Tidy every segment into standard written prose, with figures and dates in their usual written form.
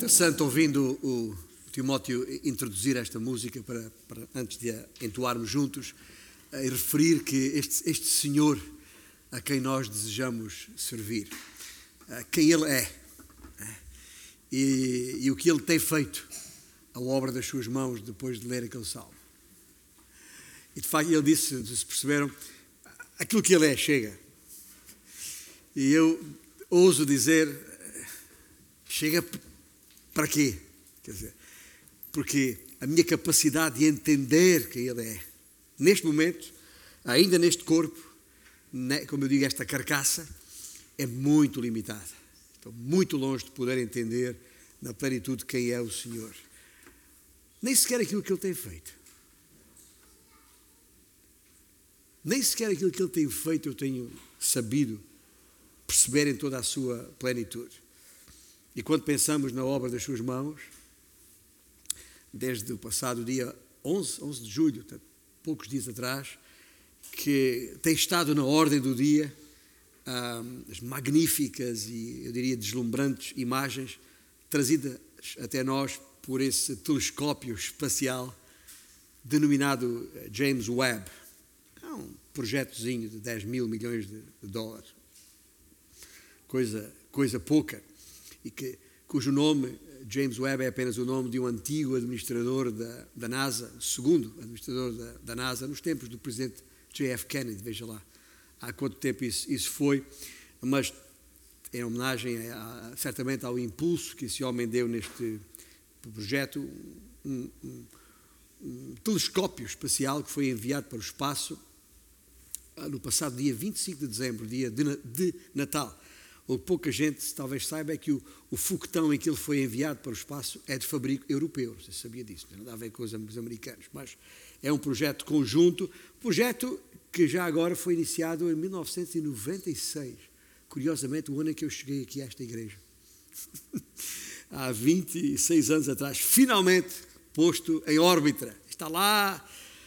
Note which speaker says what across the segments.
Speaker 1: interessante ouvindo o Timóteo introduzir esta música para antes de a entoarmos juntos, e referir que este Senhor a quem nós desejamos servir, quem Ele é, e o que Ele tem feito, a obra das suas mãos, depois de ler aquele salmo. E de facto Ele disse, se perceberam, aquilo que Ele é chega. E eu ouso dizer, chega para quê? Quer dizer, porque a minha capacidade de entender quem Ele é, neste momento, ainda neste corpo, como eu digo, esta carcaça, é muito limitada. Estou muito longe de poder entender na plenitude quem é o Senhor. Nem sequer aquilo que Ele tem feito. Nem sequer aquilo que Ele tem feito eu tenho sabido perceber em toda a sua plenitude. E quando pensamos na obra das suas mãos, desde o passado dia 11 de julho, poucos dias atrás, que tem estado na ordem do dia as magníficas e, eu diria, deslumbrantes imagens trazidas até nós por esse telescópio espacial denominado James Webb. É um projetozinho de 10 mil milhões de dólares. Coisa pouca. E cujo nome, James Webb, é apenas o nome de um antigo administrador da NASA, segundo administrador da NASA, nos tempos do presidente J.F. Kennedy, veja lá há quanto tempo isso foi, mas em homenagem certamente ao impulso que esse homem deu neste projeto, um telescópio espacial que foi enviado para o espaço no passado dia 25 de dezembro, dia de Natal. O que pouca gente talvez saiba é que o foguetão em que ele foi enviado para o espaço é de fabrico europeu. Você sabia disso, não tem nada a ver com os americanos, mas é um projeto conjunto, projeto que já agora foi iniciado em 1996, curiosamente o ano em que eu cheguei aqui a esta igreja. Há 26 anos atrás, finalmente posto em órbita. Está lá,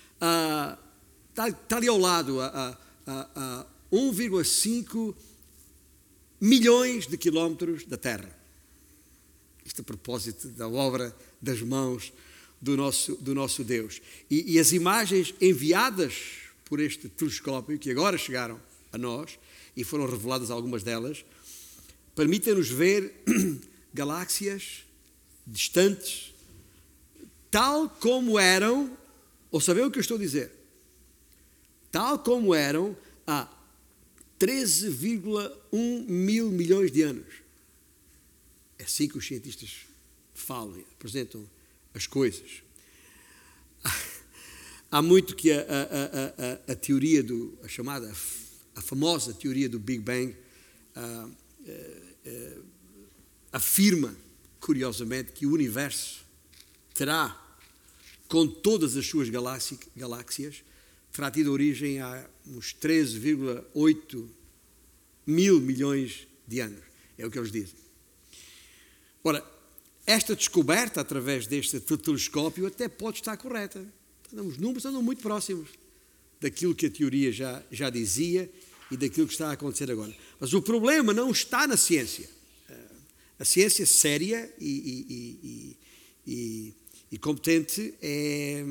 Speaker 1: está ali ao lado, a 1,5 milhões de quilómetros da Terra. Isto a propósito da obra das mãos do nosso Deus. E as imagens enviadas por este telescópio, que agora chegaram a nós, e foram reveladas algumas delas, permitem-nos ver galáxias distantes, tal como eram, ou sabem o que eu estou a dizer? Tal como eram há 13,1 mil milhões de anos. É assim que os cientistas falam, apresentam as coisas. Há muito que a teoria a famosa teoria do Big Bang afirma, curiosamente, que o universo terá, com todas as suas galáxias, terá tido origem há uns 13,8 mil milhões de anos. É o que eles dizem. Ora, esta descoberta através deste telescópio até pode estar correta. Os números andam muito próximos daquilo que a teoria já dizia e daquilo que está a acontecer agora. Mas o problema não está na ciência. A ciência séria e competente é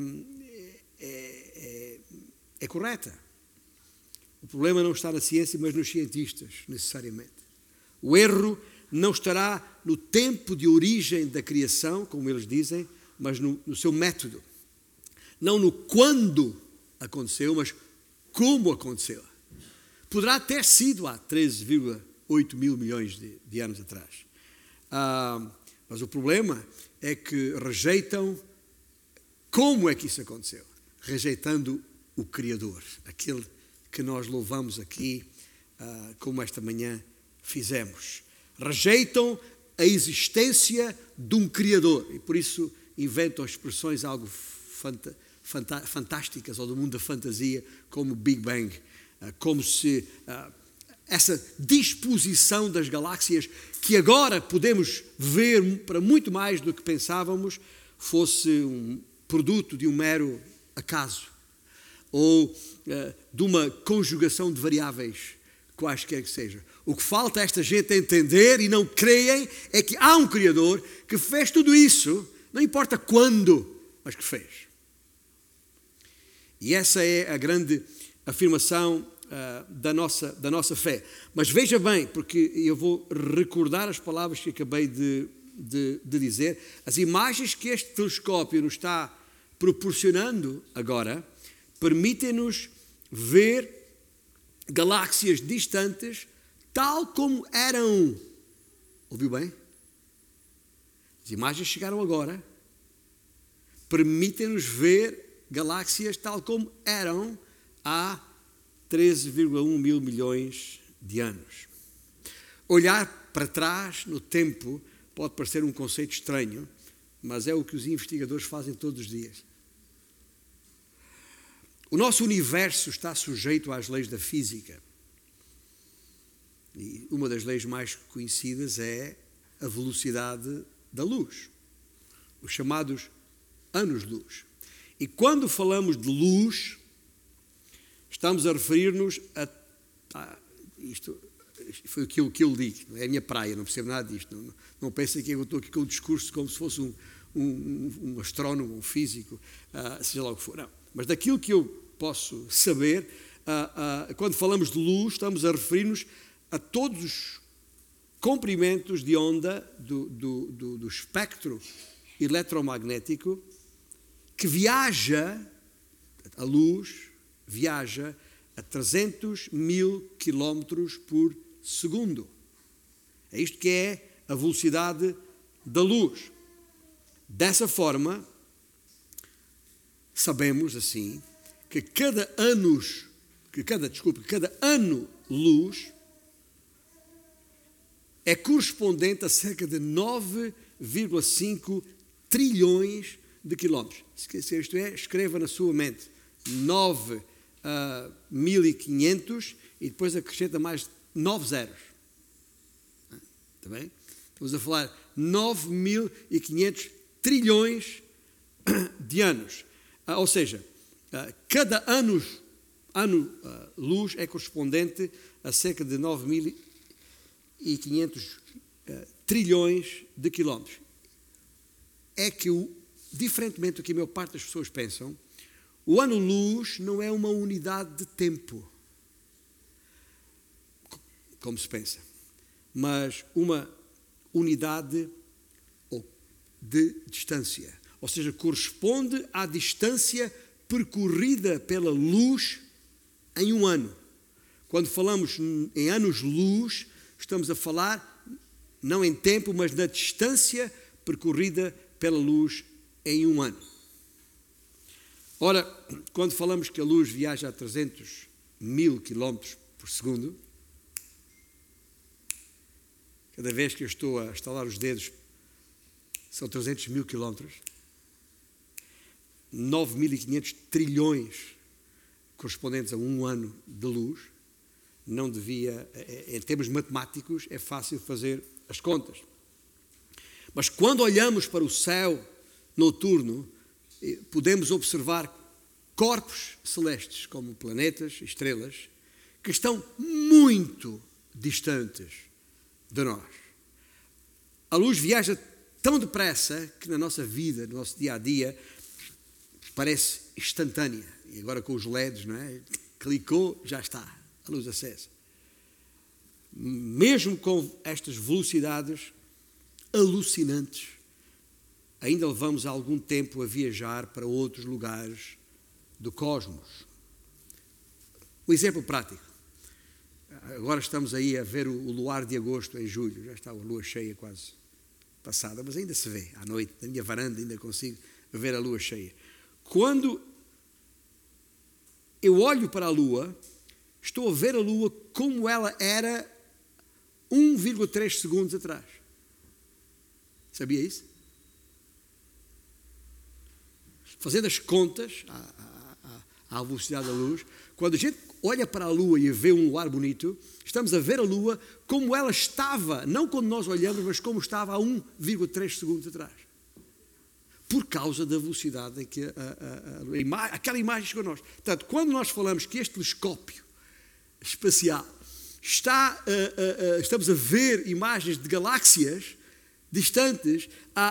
Speaker 1: correta. O problema não está na ciência, mas nos cientistas, necessariamente. O erro não estará no tempo de origem da criação, como eles dizem, mas no seu método. Não no quando aconteceu, mas como aconteceu. Poderá ter sido há 13,8 mil milhões de anos atrás. Mas o problema é que rejeitam como é que isso aconteceu. Rejeitando o Criador, aquele que nós louvamos aqui, como esta manhã fizemos. Rejeitam a existência de um Criador e por isso inventam expressões algo fantásticas ou do mundo da fantasia, como Big Bang, como se essa disposição das galáxias que agora podemos ver para muito mais do que pensávamos fosse um produto de um mero acaso ou de uma conjugação de variáveis quaisquer que sejam. O que falta a esta gente entender e não creem é que há um Criador que fez tudo isso, não importa quando, mas que fez. E essa é a grande afirmação da nossa fé. Mas veja bem, porque eu vou recordar as palavras que acabei de dizer, as imagens que este telescópio nos está proporcionando agora permitem-nos ver galáxias distantes tal como eram. Ouviu bem? As imagens chegaram agora, permitem-nos ver galáxias tal como eram há 13,1 mil milhões de anos. Olhar para trás no tempo pode parecer um conceito estranho, mas é o que os investigadores fazem todos os dias. O nosso universo está sujeito às leis da física. E uma das leis mais conhecidas é a velocidade da luz, os chamados anos-luz. E quando falamos de luz, estamos a referir-nos a isto foi aquilo que eu li, não é a minha praia, não percebo nada disto. Não pensem que eu estou aqui com um discurso como se fosse um astrónomo, um físico, seja lá o que for. Não. Mas daquilo que eu posso saber, quando falamos de luz, estamos a referir-nos a todos os comprimentos de onda do espectro eletromagnético que viaja, a luz viaja a 300 mil quilómetros por segundo. É isto que é a velocidade da luz. Dessa forma, sabemos assim que cada ano-luz é correspondente a cerca de 9,5 trilhões de quilómetros. Se isto é, escreva na sua mente 9.500 e depois acrescenta mais 9 zeros. Está bem? Estamos a falar 9.500 trilhões de anos. Ou seja, cada ano-luz é correspondente a cerca de 9.500 trilhões de quilómetros. É que, diferentemente do que a maior parte das pessoas pensam, o ano-luz não é uma unidade de tempo, como se pensa, mas uma unidade de distância. Ou seja, corresponde à distância percorrida pela luz em um ano. Quando falamos em anos-luz, estamos a falar não em tempo, mas na distância percorrida pela luz em um ano. Ora, quando falamos que a luz viaja a 300 mil quilómetros por segundo, cada vez que eu estou a estalar os dedos, são 300 mil quilómetros, 9.500 trilhões correspondentes a um ano de luz, não devia, em termos matemáticos, é fácil fazer as contas. Mas quando olhamos para o céu noturno, podemos observar corpos celestes, como planetas, estrelas, que estão muito distantes de nós. A luz viaja tão depressa que na nossa vida, no nosso dia-a-dia, parece instantânea. E agora com os LEDs, não é? Clicou, já está, a luz acesa. Mesmo com estas velocidades alucinantes, ainda levamos algum tempo a viajar para outros lugares do cosmos. Um exemplo prático. Agora estamos aí a ver o luar de agosto em julho. Já está a lua cheia quase passada, mas ainda se vê. À noite, na minha varanda, ainda consigo ver a lua cheia. Quando eu olho para a lua, estou a ver a lua como ela era 1,3 segundos atrás. Sabia isso? Fazendo as contas à velocidade da luz, quando a gente olha para a lua e vê um luar bonito, estamos a ver a lua como ela estava, não quando nós olhamos, mas como estava há 1,3 segundos atrás. Por causa da velocidade em que aquela imagem chegou a nós. Portanto, quando nós falamos que este telescópio espacial estamos a ver imagens de galáxias distantes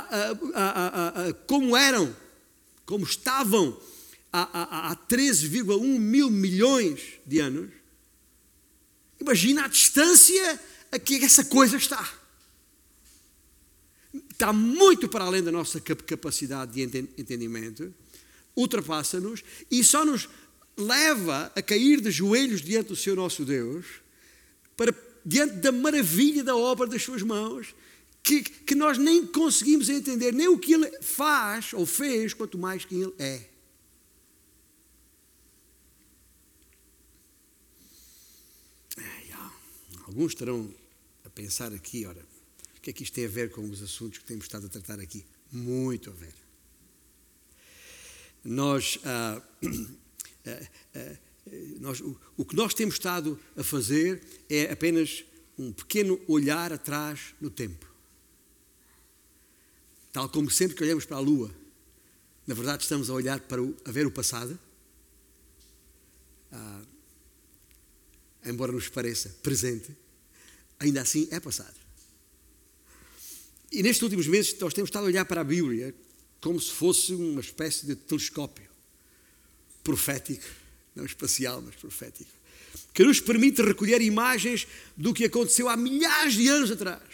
Speaker 1: como eram, como estavam há 13,1 mil milhões de anos. Imagina a distância a que essa coisa está. Está muito para além da nossa capacidade de entendimento, ultrapassa-nos e só nos leva a cair de joelhos diante do Senhor nosso Deus, diante da maravilha da obra das suas mãos, que nós nem conseguimos entender nem o que Ele faz ou fez, quanto mais quem Ele é. Alguns estarão a pensar aqui, ora, o que é que isto tem a ver com os assuntos que temos estado a tratar aqui? Muito a ver. O que nós temos estado a fazer é apenas um pequeno olhar atrás no tempo. Tal como sempre que olhamos para a Lua, na verdade estamos a olhar a ver o passado, embora nos pareça presente, ainda assim é passado. E nestes últimos meses nós temos estado a olhar para a Bíblia como se fosse uma espécie de telescópio profético, não espacial, mas profético, que nos permite recolher imagens do que aconteceu há milhares de anos atrás.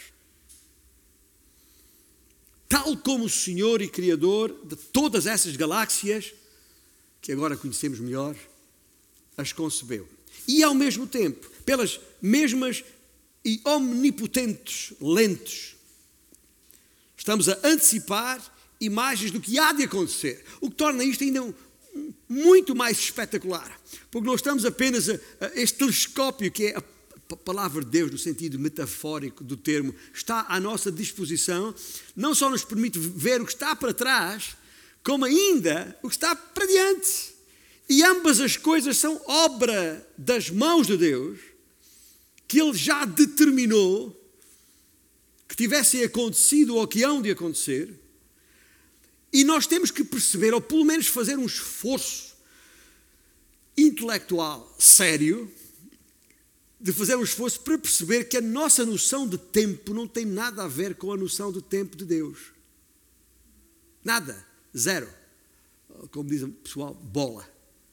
Speaker 1: Tal como o Senhor e Criador de todas essas galáxias, que agora conhecemos melhor, as concebeu. E ao mesmo tempo, pelas mesmas e omnipotentes lentes, estamos a antecipar imagens do que há de acontecer, o que torna isto ainda muito mais espetacular, porque não estamos apenas a este telescópio que é a palavra de Deus no sentido metafórico do termo, está à nossa disposição, não só nos permite ver o que está para trás, como ainda o que está para diante. E ambas as coisas são obra das mãos de Deus, que Ele já determinou que tivessem acontecido ou que hão de acontecer. E nós temos que perceber, ou pelo menos fazer um esforço intelectual sério, de fazer um esforço para perceber que a nossa noção de tempo não tem nada a ver com a noção de tempo de Deus. Nada. Zero. Como diz o pessoal, bola.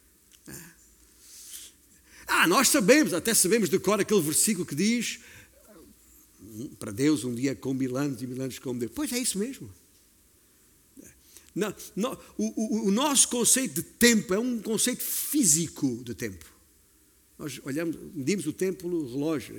Speaker 1: Nós sabemos, até sabemos de cor aquele versículo que diz: para Deus um dia com 1000 anos e 1000 anos como Deus. Pois é isso mesmo. Não, o nosso conceito de tempo é um conceito físico de tempo. Nós medimos o tempo no relógio.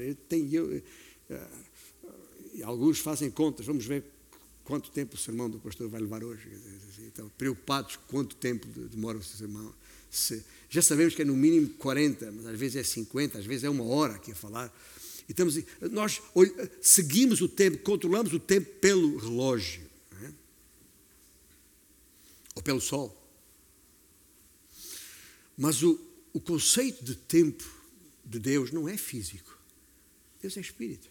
Speaker 1: E alguns fazem contas. Vamos ver quanto tempo o sermão do pastor vai levar hoje. Estão preocupados quanto tempo demora o sermão. Já sabemos que é no mínimo 40, mas às vezes é 50, às vezes é 1 hora aqui a falar. E nós seguimos o tempo, controlamos o tempo pelo relógio, não é? Ou pelo sol. Mas o conceito de tempo de Deus não é físico. Deus é espírito.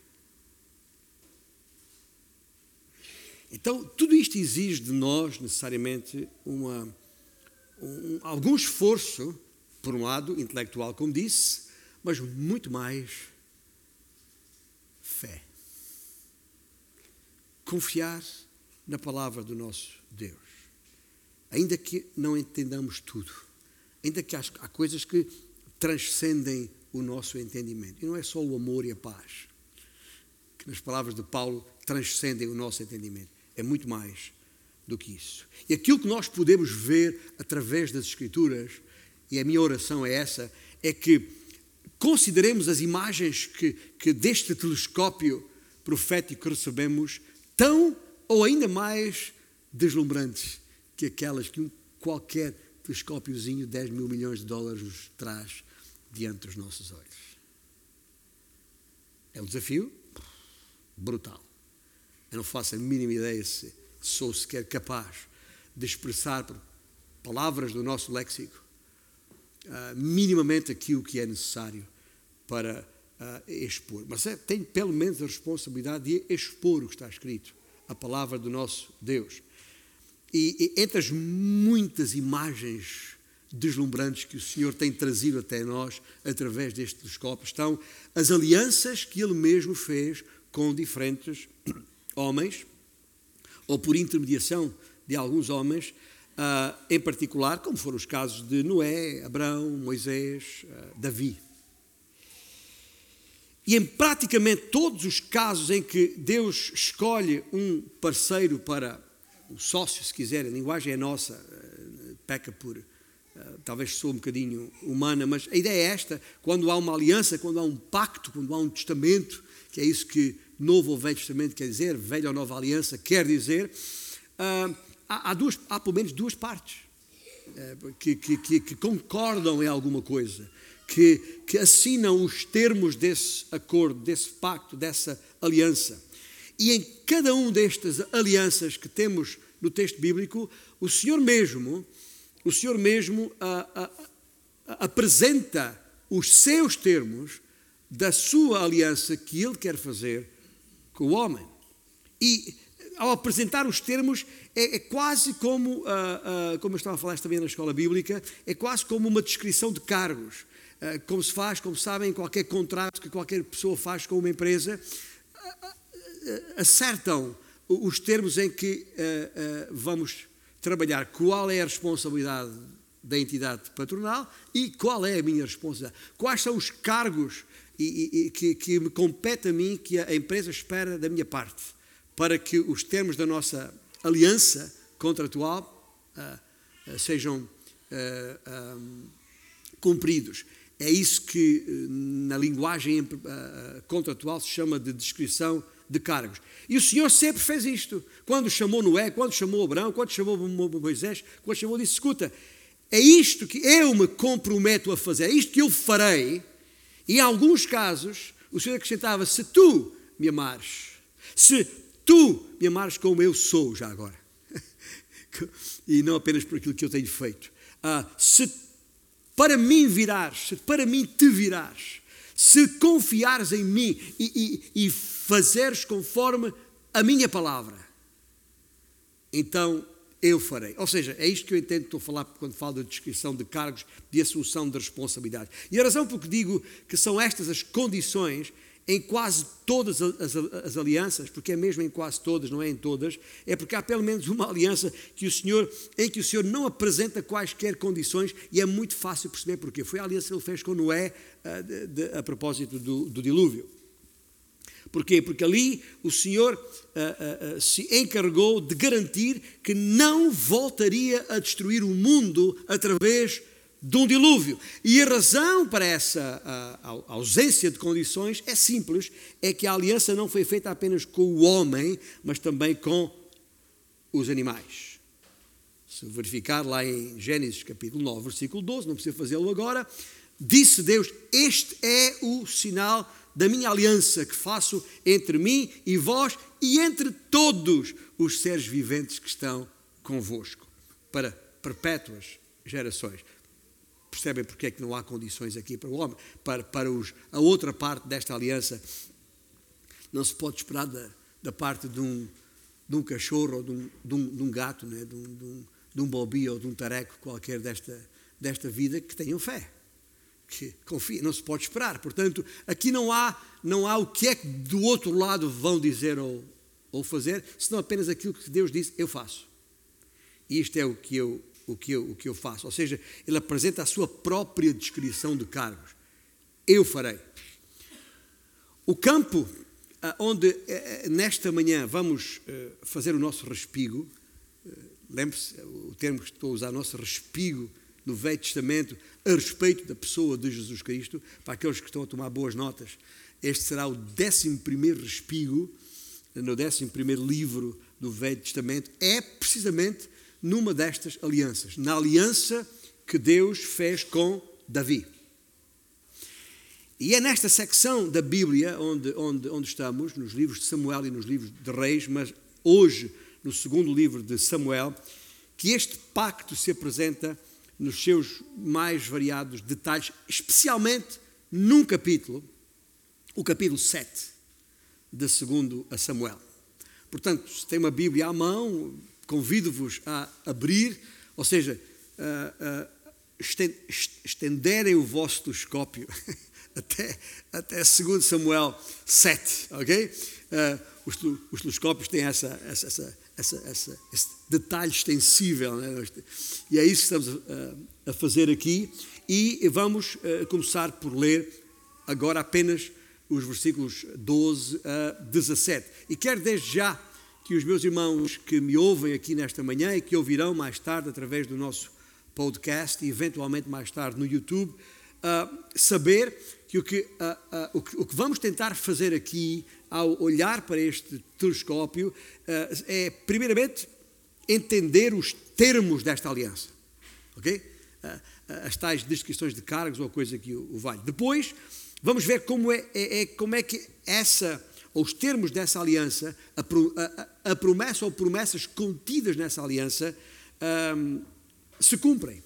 Speaker 1: Então, tudo isto exige de nós, necessariamente, algum esforço, por um lado, intelectual, como disse, mas muito mais fé. Confiar na palavra do nosso Deus. Ainda que não entendamos tudo. Ainda que há coisas que transcendem o nosso entendimento. E não é só o amor e a paz, que nas palavras de Paulo transcendem o nosso entendimento. É muito mais do que isso. E aquilo que nós podemos ver através das Escrituras, e a minha oração é essa, é que consideremos as imagens que deste telescópio profético que recebemos tão ou ainda mais deslumbrantes que aquelas que qualquer telescópiozinho de 10 mil milhões de dólares nos traz diante dos nossos olhos. É um desafio brutal. Eu não faço a mínima ideia se sou sequer capaz de expressar por palavras do nosso léxico minimamente aquilo que é necessário para expor. Mas tenho pelo menos a responsabilidade de expor o que está escrito, a palavra do nosso Deus. E entre as muitas imagens deslumbrantes que o Senhor tem trazido até nós através deste telescópio estão as alianças que Ele mesmo fez com diferentes homens, ou por intermediação de alguns homens, em particular, como foram os casos de Noé, Abraão, Moisés, Davi. E em praticamente todos os casos em que Deus escolhe um parceiro para um sócio, se quiser, a linguagem é nossa, peca por, talvez sou um bocadinho humana, mas a ideia é esta: quando há uma aliança, quando há um pacto, quando há um testamento, que é isso que Novo ou Velho Testamento quer dizer, Velha ou Nova Aliança quer dizer, há pelo menos duas partes que concordam em alguma coisa, que assinam os termos desse acordo, desse pacto, dessa aliança. E em cada uma destas alianças que temos no texto bíblico, o Senhor mesmo apresenta os seus termos da sua aliança que Ele quer fazer com o homem. E ao apresentar os termos, é quase como eu estava a falar também na escola bíblica, é quase como uma descrição de cargos. Como se faz, como sabem, em qualquer contrato que qualquer pessoa faz com uma empresa, acertam os termos em que vamos trabalhar, qual é a responsabilidade da entidade patronal e qual é a minha responsabilidade. Quais são os cargos que me compete a mim, que a empresa espera da minha parte, para que os termos da nossa aliança contratual sejam cumpridos. É isso que na linguagem contratual se chama de descrição de cargos. E o Senhor sempre fez isto. Quando chamou Noé, quando chamou Abraão, quando chamou Moisés, quando chamou, disse: escuta, é isto que eu me comprometo a fazer, é isto que eu farei. E em alguns casos, o Senhor acrescentava: se tu me amares, se tu me amares como eu sou já agora, e não apenas por aquilo que eu tenho feito, se para mim virares, se para mim te virares, se confiares em mim e fazeres conforme a minha palavra, então eu farei. Ou seja, é isto que eu entendo que estou a falar quando falo da descrição de cargos, de assunção de responsabilidade. E a razão por que digo que são estas as condições em quase todas as alianças, porque é mesmo em quase todas, não é em todas, é porque há pelo menos uma aliança em que o Senhor não apresenta quaisquer condições, e é muito fácil perceber porquê. Foi a aliança que Ele fez com Noé a propósito do dilúvio. Porquê? Porque ali o Senhor se encarregou de garantir que não voltaria a destruir o mundo através de um dilúvio. E a razão para essa ausência de condições é simples, é que a aliança não foi feita apenas com o homem, mas também com os animais. Se verificar lá em Gênesis capítulo 9, versículo 12, não precisa fazê-lo agora, disse Deus: este é o sinal da minha aliança que faço entre mim e vós e entre todos os seres viventes que estão convosco, para perpétuas gerações. Percebem porque é que não há condições aqui para o homem? A outra parte desta aliança não se pode esperar da parte de um cachorro ou de um gato, né? de um bobi ou de um tareco qualquer desta vida, que tenham fé, que confiem. Não se pode esperar. Portanto, aqui não há o que é que do outro lado vão dizer ou fazer, senão apenas aquilo que Deus disse: eu faço. E isto é o que eu faço. Ou seja, Ele apresenta a sua própria descrição de cargos. Eu farei. O campo onde nesta manhã vamos fazer o nosso respigo, lembre-se o termo que estou a usar, nosso respigo no Velho Testamento, a respeito da pessoa de Jesus Cristo. Para aqueles que estão a tomar boas notas, este será o 11º respigo, no 11º livro do Velho Testamento, é precisamente numa destas alianças, na aliança que Deus fez com Davi. E é nesta secção da Bíblia onde estamos, nos livros de Samuel e nos livros de Reis, mas hoje no segundo livro de Samuel, que este pacto se apresenta nos seus mais variados detalhes, especialmente num capítulo, o capítulo 7 de 2 a Samuel. Portanto, se tem uma Bíblia à mão, convido-vos a abrir, ou seja, estenderem o vosso telescópio até 2 Samuel 7, ok? Os telescópios têm esse detalhe extensível, né? E é isso que estamos a fazer aqui, e vamos começar por ler agora apenas os versículos 12 a 17. E quero desde já que os meus irmãos que me ouvem aqui nesta manhã e que ouvirão mais tarde através do nosso podcast e eventualmente mais tarde no YouTube, saber que o que vamos tentar fazer aqui ao olhar para este telescópio é primeiramente entender os termos desta aliança, ok? As tais descrições de cargos ou coisa que o vale. Depois vamos ver como é que os termos dessa aliança, a promessa ou promessas contidas nessa aliança se cumprem.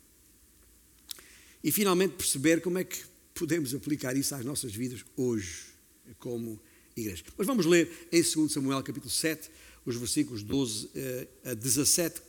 Speaker 1: E finalmente perceber como é que podemos aplicar isso às nossas vidas hoje, como igreja. Mas vamos ler em 2 Samuel capítulo 7, os versículos 12 a 17,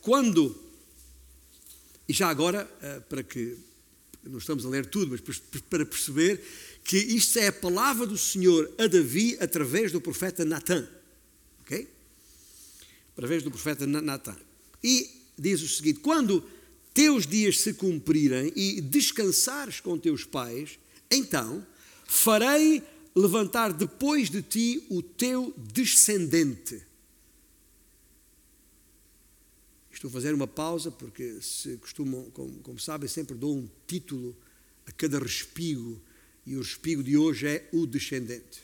Speaker 1: e já agora, para que não estamos a ler tudo, mas para perceber que isto é a palavra do Senhor a Davi através do profeta Natã, ok? Através do profeta Natã. E diz o seguinte: quando teus dias se cumprirem e descansares com teus pais, então farei levantar depois de ti o teu descendente. Estou a fazer uma pausa porque, se costumam, como sabem, sempre dou um título a cada respigo, e o respigo de hoje é o descendente.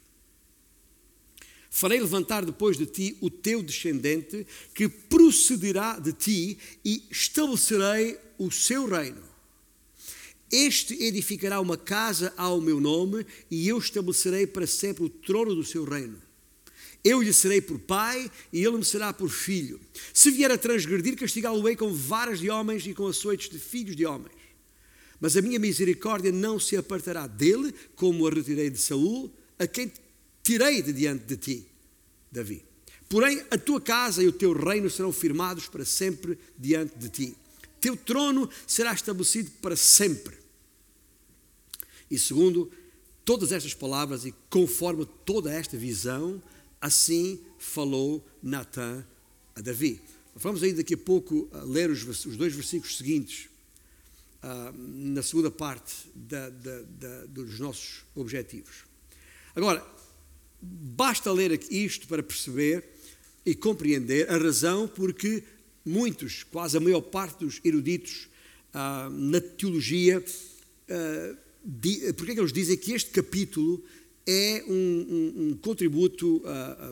Speaker 1: Farei levantar depois de ti o teu descendente, que procederá de ti, e estabelecerei o seu reino. Este edificará uma casa ao meu nome, e eu estabelecerei para sempre o trono do seu reino. Eu lhe serei por pai, e ele me será por filho. Se vier a transgredir, castigá-lo-ei com varas de homens e com açoites de filhos de homens. Mas a minha misericórdia não se apartará dele, como a retirei de Saul, a quem tirei de diante de ti, Davi. Porém, a tua casa e o teu reino serão firmados para sempre diante de ti. Teu trono será estabelecido para sempre. E segundo todas estas palavras e conforme toda esta visão, assim falou Natã a Davi. Vamos aí daqui a pouco ler os 2 versículos seguintes, na segunda parte dos nossos objetivos. Agora, basta ler isto para perceber e compreender a razão porque muitos, quase a maior parte dos eruditos na teologia, porque é que eles dizem que este capítulo é um contributo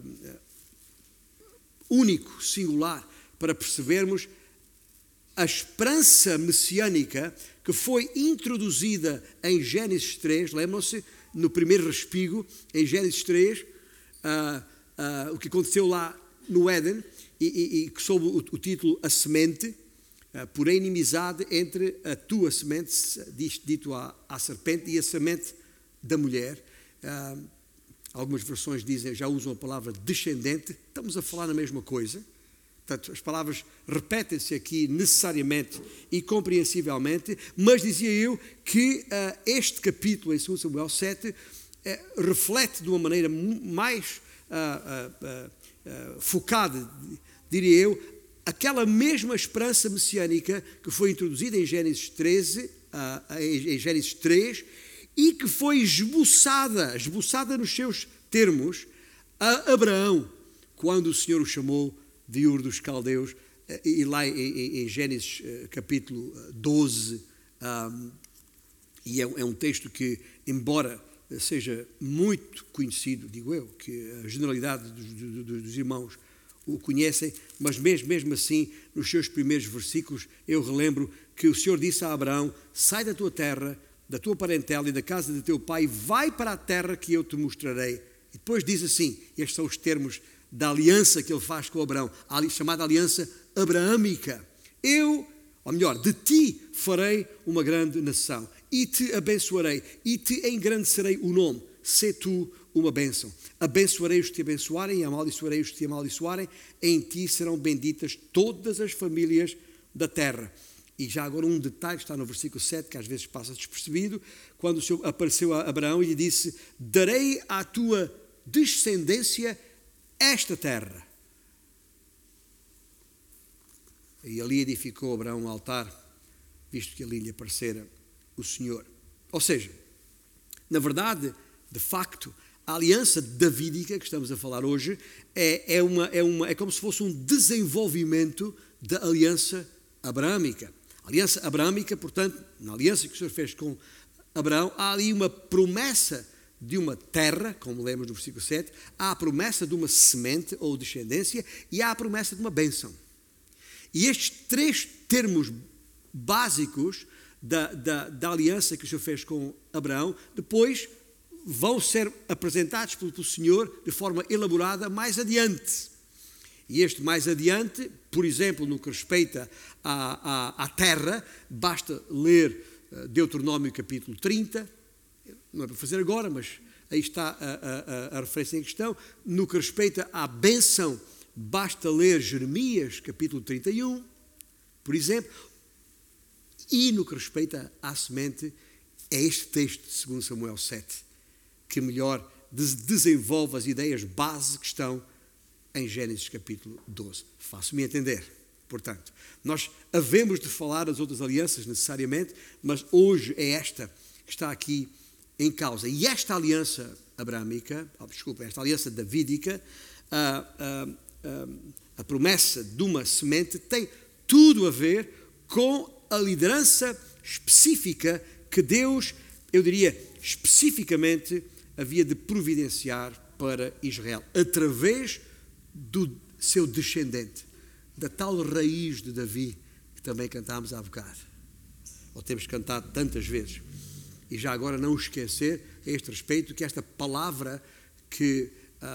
Speaker 1: único, singular, para percebermos a esperança messiânica que foi introduzida em Gênesis 3, lembram-se, no primeiro respigo, em Gênesis 3, o que aconteceu lá no Éden, e sob o título A Semente, porém inimizade entre a tua semente, dito à serpente, e a semente da mulher. Algumas versões dizem, já usam a palavra descendente, estamos a falar na mesma coisa. Portanto, as palavras repetem-se aqui necessariamente e compreensivelmente, mas dizia eu que este capítulo em 2 Samuel 7 reflete de uma maneira mais focada, diria eu, aquela mesma esperança messiânica que foi introduzida em Gênesis 13, em Gênesis 3, e que foi esboçada nos seus termos a Abraão, quando o Senhor o chamou de Ur dos Caldeus, e lá em Gênesis capítulo 12, e é um texto que, embora seja muito conhecido, digo eu, que a generalidade dos irmãos o conhecem, mas mesmo assim, nos seus primeiros versículos, eu relembro que o Senhor disse a Abraão: sai da tua terra, da tua parentela e da casa de teu pai, vai para a terra que eu te mostrarei. E depois diz assim, estes são os termos da aliança que ele faz com Abraão, a chamada aliança abraâmica. De ti farei uma grande nação, e te abençoarei, e te engrandecerei o nome, sê tu uma bênção. Abençoarei os que te abençoarem, e amaldiçoarei os que te amaldiçoarem, em ti serão benditas todas as famílias da terra. E já agora um detalhe que está no versículo 7, que às vezes passa despercebido, quando o Senhor apareceu a Abraão e lhe disse: darei à tua descendência esta terra. E ali edificou Abraão um altar, visto que ali lhe aparecera o Senhor. Ou seja, na verdade, de facto, a aliança davídica que estamos a falar hoje é como se fosse um desenvolvimento da aliança abraâmica. A aliança abraâmica, portanto, na aliança que o Senhor fez com Abraão, há ali uma promessa de uma terra, como lemos no versículo 7, há a promessa de uma semente ou descendência e há a promessa de uma bênção. E estes três termos básicos da aliança que o Senhor fez com Abraão, depois vão ser apresentados pelo Senhor de forma elaborada mais adiante. E este mais adiante, por exemplo, no que respeita à terra, basta ler Deuteronômio capítulo 30, não é para fazer agora, mas aí está a referência em questão. No que respeita à bênção, basta ler Jeremias capítulo 31, por exemplo. E no que respeita à semente, é este texto de 2 Samuel 7 que melhor desenvolve as ideias base que estão em Gênesis capítulo 12. Faço-me entender. Portanto, nós havemos de falar das outras alianças necessariamente, mas hoje é esta que está aqui em causa. E esta aliança abraâmica, esta aliança davídica, a promessa de uma semente tem tudo a ver com a liderança específica que Deus, eu diria, especificamente havia de providenciar para Israel, através do seu descendente, da tal raiz de Davi, que também cantámos há bocado, ou temos cantado tantas vezes. E já agora não esquecer, a este respeito, que esta palavra que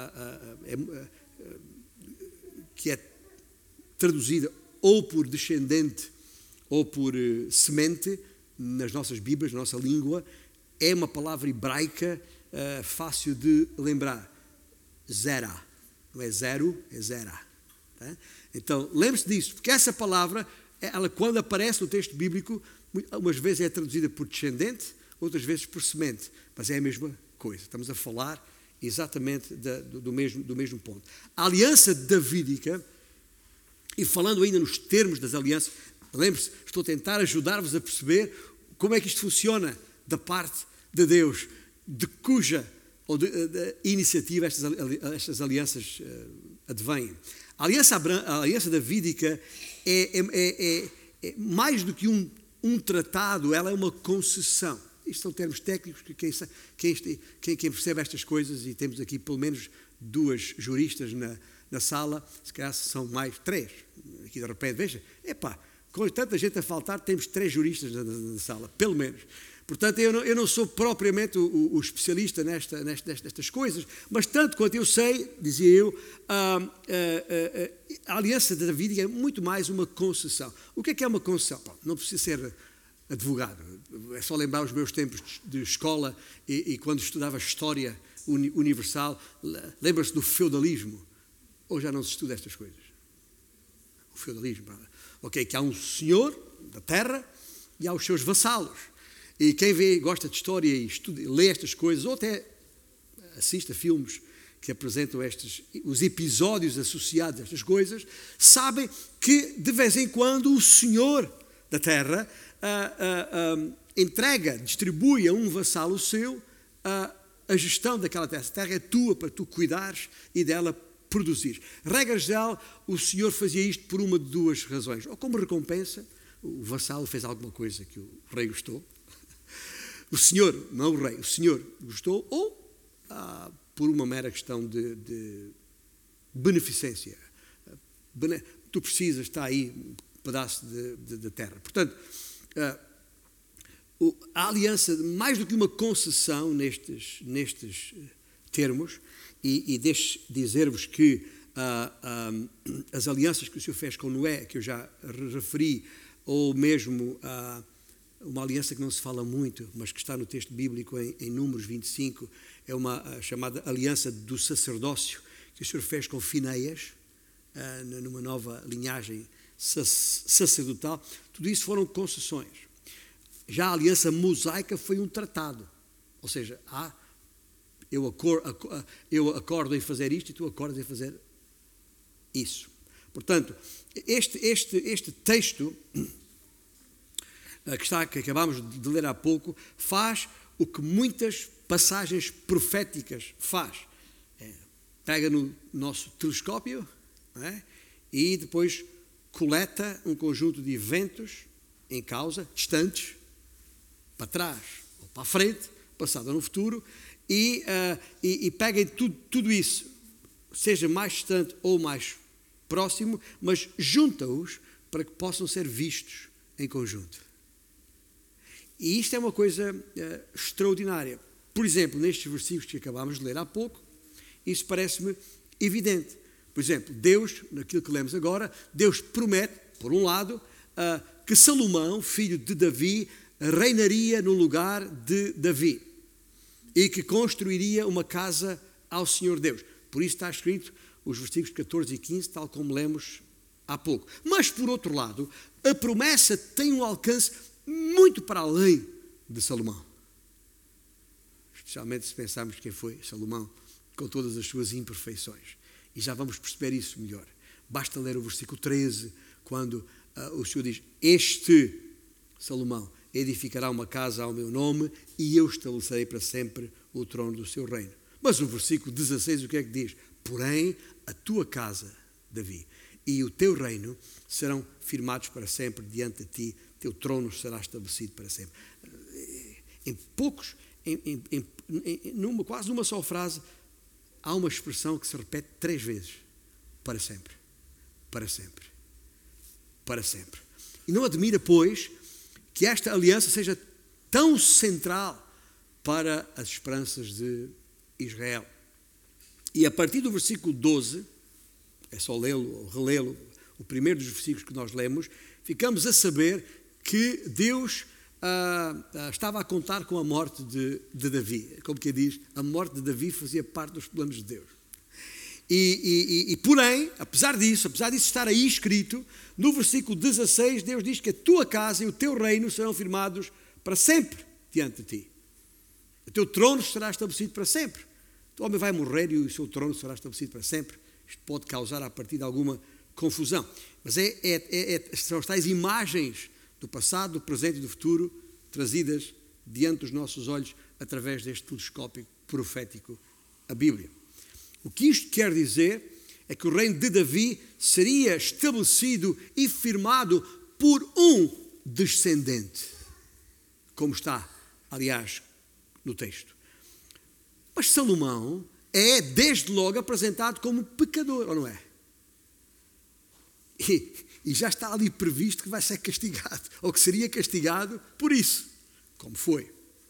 Speaker 1: é traduzida ou por descendente ou por semente, nas nossas Bíblias, na nossa língua, é uma palavra hebraica fácil de lembrar. Zera. Não é zero, é zera. Tá? Então, lembre-se disso, porque essa palavra, ela quando aparece no texto bíblico, umas vezes é traduzida por descendente, outras vezes por semente, mas é a mesma coisa. Estamos a falar exatamente do mesmo ponto. A aliança davídica, e falando ainda nos termos das alianças, lembre-se, estou a tentar ajudar-vos a perceber como é que isto funciona da parte de Deus, de cuja de iniciativa estas alianças advêm. A aliança davídica é mais do que um tratado, ela é uma concessão. Isto são termos técnicos que quem percebe estas coisas, e temos aqui pelo menos 2 juristas na sala, se calhar são mais 3, aqui de repente, veja, com tanta gente a faltar, temos 3 juristas na sala, pelo menos. Portanto, eu não sou propriamente o especialista nestas coisas, mas tanto quanto eu sei, dizia eu, a aliança davídica é muito mais uma concessão. O que é uma concessão? Bom, não precisa ser advogado, é só lembrar os meus tempos de escola e quando estudava História Universal, lembra-se do feudalismo, ou já não se estuda estas coisas? O feudalismo, que há um senhor da terra e há os seus vassalos. E quem gosta de história e lê estas coisas, ou até assiste a filmes que apresentam os episódios associados a estas coisas, sabem que de vez em quando o senhor da terra distribui a um vassalo seu a gestão daquela terra. A terra é tua para tu cuidares e dela produzir. Regra geral, o senhor fazia isto por uma de 2 razões. Ou como recompensa, o vassalo fez alguma coisa que o rei gostou. O senhor, não o rei, o senhor gostou, ou por uma mera questão de beneficência. Tu precisas, está aí um pedaço de terra. Portanto, a aliança, mais do que uma concessão nestes termos, e deixe dizer-vos que as alianças que o Senhor fez com Noé, que eu já referi, ou mesmo uma aliança que não se fala muito, mas que está no texto bíblico em Números 25, é uma chamada aliança do sacerdócio, que o Senhor fez com Finéias, numa nova linhagem sacerdotal, tudo isso foram concessões. Já a aliança mosaica foi um tratado, ou seja, eu acordo em fazer isto e tu acordas em fazer isso. Portanto, este texto que acabámos de ler há pouco faz o que muitas passagens proféticas faz. Pega no nosso telescópio, não é? E depois coleta um conjunto de eventos em causa, distantes, para trás ou para a frente, passado ou no futuro, e pega em tudo isso, seja mais distante ou mais próximo, mas junta-os para que possam ser vistos em conjunto. E isto é uma coisa extraordinária. Por exemplo, nestes versículos que acabámos de ler há pouco, isso parece-me evidente. Por exemplo, Deus, naquilo que lemos agora, Deus promete, por um lado, que Salomão, filho de Davi, reinaria no lugar de Davi e que construiria uma casa ao Senhor Deus. Por isso está escrito os versículos 14 e 15, tal como lemos há pouco. Mas, por outro lado, a promessa tem um alcance muito para além de Salomão. Especialmente se pensarmos quem foi Salomão, com todas as suas imperfeições. E já vamos perceber isso melhor. Basta ler o versículo 13, quando o Senhor diz: este Salomão edificará uma casa ao meu nome e eu estabelecerei para sempre o trono do seu reino. Mas o versículo 16 o que é que diz? Porém, a tua casa, Davi, e o teu reino serão firmados para sempre diante de ti, teu trono será estabelecido para sempre. Quase numa só frase, há uma expressão que se repete 3 vezes. Para sempre. Para sempre. Para sempre. E não admira, pois, que esta aliança seja tão central para as esperanças de Israel. E a partir do versículo 12, é só lê-lo ou relê-lo, o primeiro dos versículos que nós lemos, ficamos a saber que Deus estava a contar com a morte de Davi. Como que diz, a morte de Davi fazia parte dos planos de Deus. Porém, apesar disso estar aí escrito, no versículo 16, Deus diz que a tua casa e o teu reino serão firmados para sempre diante de ti. O teu trono será estabelecido para sempre. O homem vai morrer e o seu trono será estabelecido para sempre. Isto pode causar a partir de alguma confusão. Mas são as tais imagens do passado, do presente e do futuro trazidas diante dos nossos olhos através deste telescópio profético, a Bíblia. O que isto quer dizer é que o reino de Davi seria estabelecido e firmado por um descendente, como está, aliás, no texto. Mas Salomão é, desde logo, apresentado como pecador, ou não é? E já está ali previsto que vai ser castigado, ou que seria castigado por isso, como foi.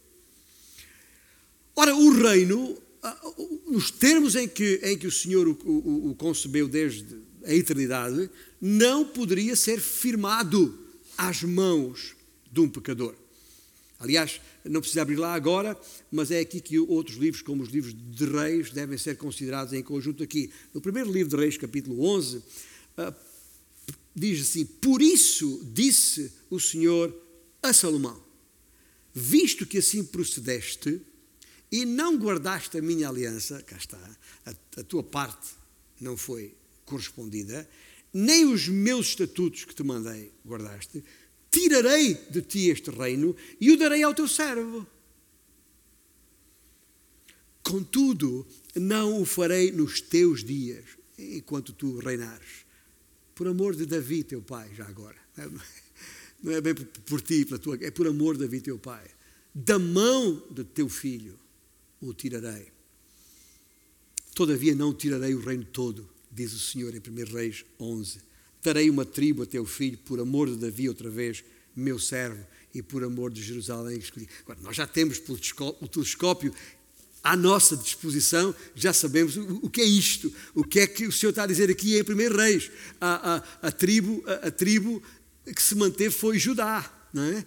Speaker 1: Ora, o reino, nos termos em que o Senhor o concebeu desde a eternidade, não poderia ser firmado às mãos de um pecador. Aliás, não precisa abrir lá agora, mas é aqui que outros livros, como os livros de Reis, devem ser considerados em conjunto aqui. No primeiro livro de Reis, capítulo 11, diz assim: por isso disse o Senhor a Salomão, visto que assim procedeste e não guardaste a minha aliança, cá está, a tua parte não foi correspondida, nem os meus estatutos que te mandei guardaste, tirarei de ti este reino e o darei ao teu servo. Contudo, não o farei nos teus dias, enquanto tu reinares. Por amor de Davi, teu pai, já agora. Não é bem por ti, pela tua, é por amor de Davi, teu pai. Da mão de teu filho o tirarei. Todavia não tirarei o reino todo, diz o Senhor em 1 Reis 11. Darei uma tribo a teu filho, por amor de Davi, outra vez, meu servo, e por amor de Jerusalém que escolhi. Agora, nós já temos o telescópio à nossa disposição, já sabemos o que é isto, o que é que o Senhor está a dizer aqui em 1 Reis. A tribo que se manteve foi Judá, não é?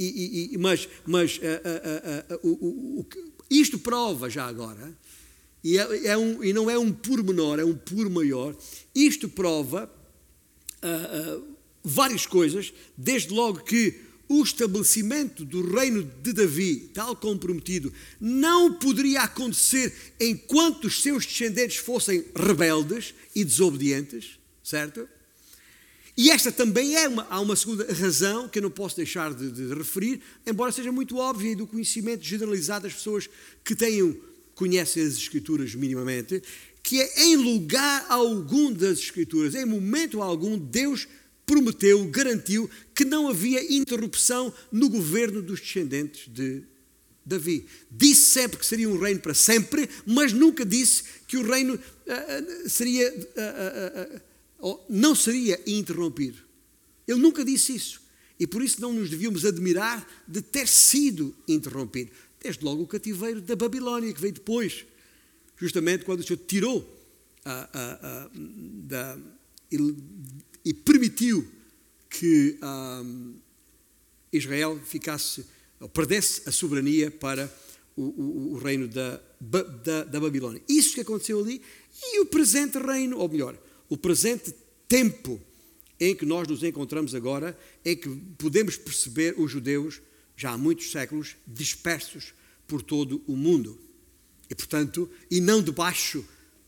Speaker 1: Isto prova já agora, e não é um pormenor, é um por maior, isto prova várias coisas, desde logo que o estabelecimento do reino de Davi, tal como prometido, não poderia acontecer enquanto os seus descendentes fossem rebeldes e desobedientes, certo? E esta também há uma segunda razão que eu não posso deixar de referir, embora seja muito óbvia e do conhecimento generalizado das pessoas que conhecem as Escrituras minimamente, que é em lugar algum das Escrituras, em momento algum, Deus prometeu, garantiu que não havia interrupção no governo dos descendentes de Davi. Disse sempre que seria um reino para sempre, mas nunca disse que o reino não seria interrompido. Ele nunca disse isso. E por isso não nos devíamos admirar de ter sido interrompido. Desde logo o cativeiro da Babilónia, que veio depois, justamente quando o Senhor tirou e permitiu que Israel perdesse a soberania para o reino da Babilónia. Isso que aconteceu ali, e o presente reino, ou melhor, o presente tempo em que nós nos encontramos agora, é que podemos perceber os judeus, já há muitos séculos, dispersos por todo o mundo. E, portanto, e não debaixo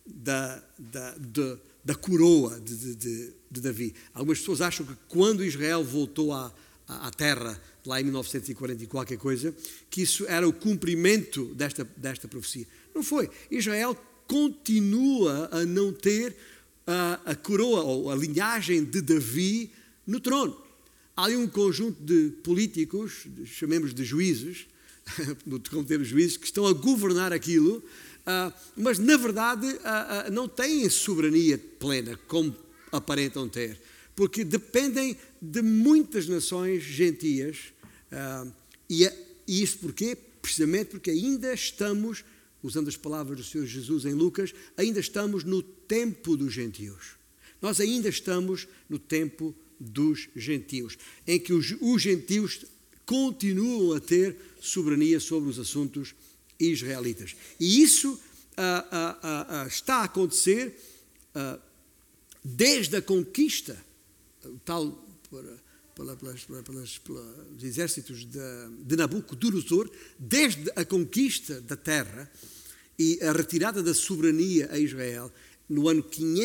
Speaker 1: da coroa de Davi. Algumas pessoas acham que quando Israel voltou à terra, lá em 1940 e qualquer coisa, que isso era o cumprimento desta profecia. Não foi. Israel continua a não ter a coroa ou a linhagem de Davi no trono. Há ali um conjunto de políticos, chamemos de juízes, como temos juízes, que estão a governar aquilo, mas na verdade não têm soberania plena, como aparentam ter, porque dependem de muitas nações gentias, e isso porquê? Precisamente porque ainda estamos, usando as palavras do Senhor Jesus em Lucas, ainda estamos no tempo dos gentios. Nós ainda estamos no tempo dos gentios, em que os gentios continuam a ter soberania sobre os assuntos israelitas. E isso está a acontecer desde a conquista, tal pelos exércitos de Nabucodonosor, desde a conquista da terra e a retirada da soberania a Israel no ano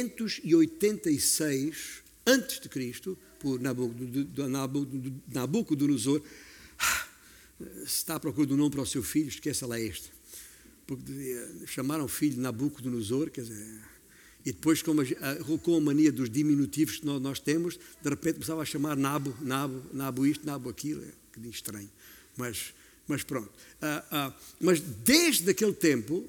Speaker 1: 586 antes de Cristo, por Nabucodonosor. Se está à procura de um nome para o seu filho, esqueça lá este. Porque chamaram o filho Nabucodonosor, quer dizer, e depois, com a mania dos diminutivos que nós temos, de repente começava a chamar Nabo isto, Nabo aquilo, é um bocadinho estranho. Mas pronto. Mas desde aquele tempo,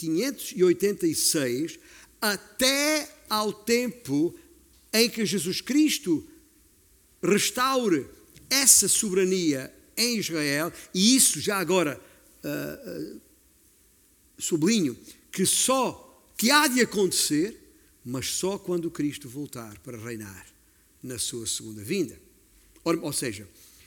Speaker 1: 586, até ao tempo em que Jesus Cristo restaure essa soberania em Israel, e isso já agora sublinho, que há de acontecer, mas só quando Cristo voltar para reinar na sua segunda vinda. Ou seja,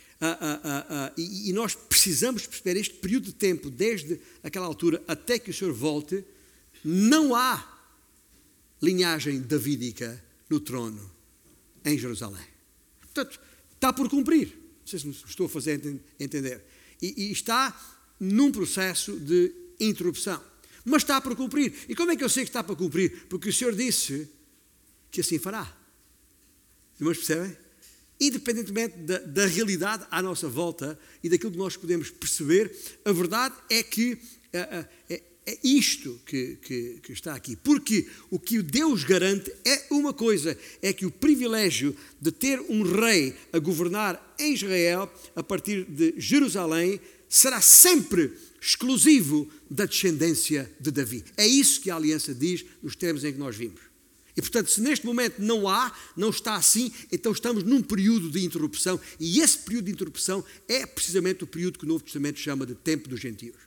Speaker 1: e nós precisamos perceber este período de tempo, desde aquela altura até que o Senhor volte, não há linhagem davídica no trono em Jerusalém. Portanto, está por cumprir. Não sei se me estou a fazer entender. E está num processo de interrupção. Mas está por cumprir. E como é que eu sei que está para cumprir? Porque o Senhor disse que assim fará. Os irmãos percebem? Independentemente da realidade à nossa volta e daquilo que nós podemos perceber, a verdade é que é isto que está aqui. Porque o que Deus garante é uma coisa, é que o privilégio de ter um rei a governar em Israel, a partir de Jerusalém, será sempre exclusivo da descendência de Davi. É isso que a aliança diz nos termos em que nós vimos. E, portanto, se neste momento não está assim, então estamos num período de interrupção, e esse período de interrupção é precisamente o período que o Novo Testamento chama de tempo dos gentios.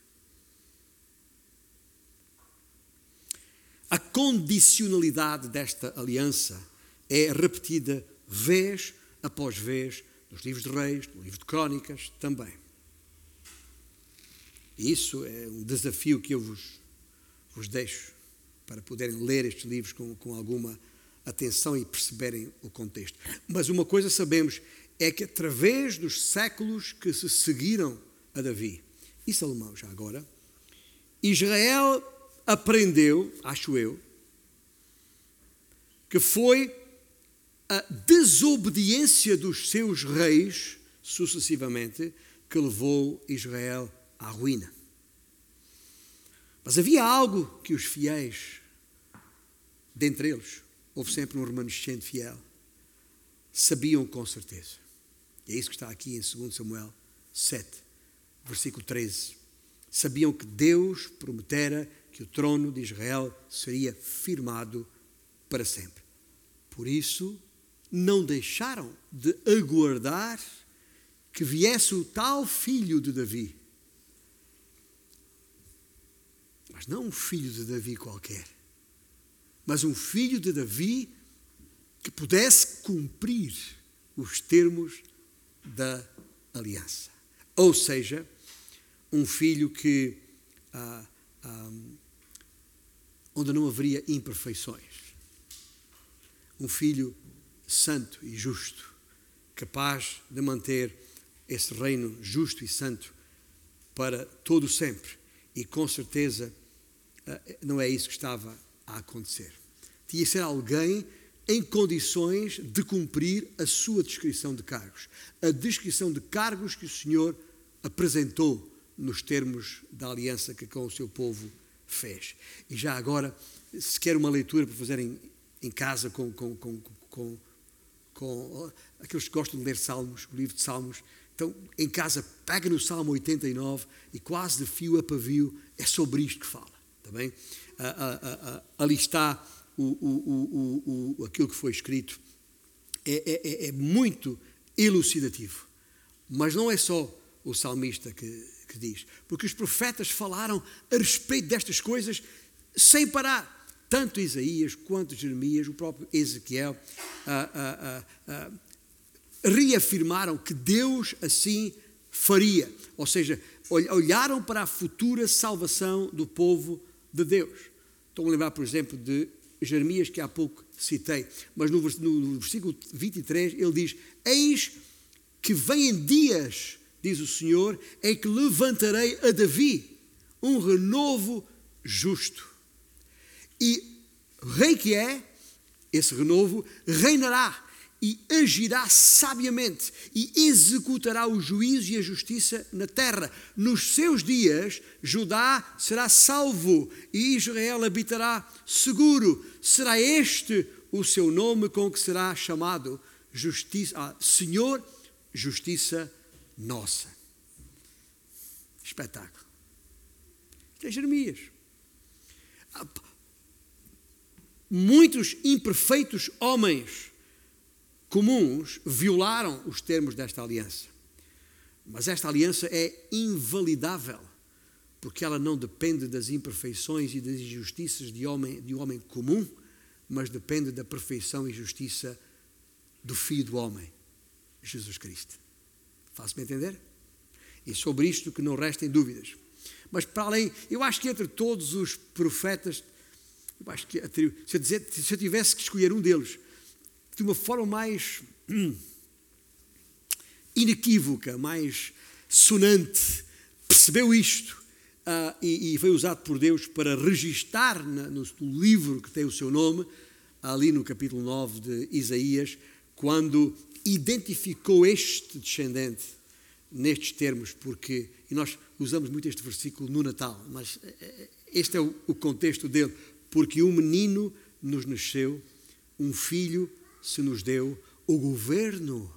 Speaker 1: A condicionalidade desta aliança é repetida vez após vez nos livros de Reis, no livro de Crónicas também. E isso é um desafio que eu vos deixo para poderem ler estes livros com alguma atenção e perceberem o contexto. Mas uma coisa sabemos, é que através dos séculos que se seguiram a Davi, e Salomão já agora, Israel aprendeu, acho eu, que foi a desobediência dos seus reis, sucessivamente, que levou Israel à ruína. Mas havia algo que os fiéis, dentre eles, houve sempre um remanescente fiel, sabiam com certeza. E é isso que está aqui em 2 Samuel 7, versículo 13. Sabiam que Deus prometera que o trono de Israel seria firmado para sempre. Por isso, não deixaram de aguardar que viesse o tal filho de Davi. Mas não um filho de Davi qualquer, mas um filho de Davi que pudesse cumprir os termos da aliança. Ou seja, um filho que onde não haveria imperfeições. Um filho santo e justo, capaz de manter esse reino justo e santo para todo sempre. E com certeza não é isso que estava a acontecer. Tinha que ser alguém em condições de cumprir a sua descrição de cargos. A descrição de cargos que o Senhor apresentou nos termos da aliança que com o seu povo fez. E já agora, se quer uma leitura para fazerem em casa com aqueles que gostam de ler Salmos, o livro de Salmos, então em casa pega no Salmo 89 e quase de fio a pavio é sobre isto que fala. Está bem? Ali está aquilo que foi escrito. É muito elucidativo. Mas não é só o salmista que diz. Porque os profetas falaram a respeito destas coisas sem parar. Tanto Isaías quanto Jeremias, o próprio Ezequiel, reafirmaram que Deus assim faria. Ou seja, olharam para a futura salvação do povo de Deus. Estou a lembrar, por exemplo, de Jeremias, que há pouco citei, mas no versículo 23 ele diz: eis que vêm dias, diz o Senhor, em que levantarei a Davi um renovo justo. E o rei que é, esse renovo, reinará e agirá sabiamente e executará o juízo e a justiça na terra. Nos seus dias, Judá será salvo e Israel habitará seguro. Será este o seu nome com que será chamado Senhor, justiça nossa. Espetáculo. Isto é Jeremias. Muitos imperfeitos homens comuns violaram os termos desta aliança. Mas esta aliança é invalidável, porque ela não depende das imperfeições e das injustiças de um homem comum, mas depende da perfeição e justiça do Filho do homem, Jesus Cristo. Faz-me entender? E sobre isto que não restem dúvidas. Mas para além, eu acho que entre todos os profetas, eu acho que se eu tivesse que escolher um deles, de uma forma mais inequívoca, mais sonante, percebeu isto e foi usado por Deus para registar no livro que tem o seu nome, ali no capítulo 9 de Isaías, quando identificou este descendente nestes termos, porque, e nós usamos muito este versículo no Natal, mas este é o contexto dele, porque um menino nos nasceu, um filho se nos deu, o governo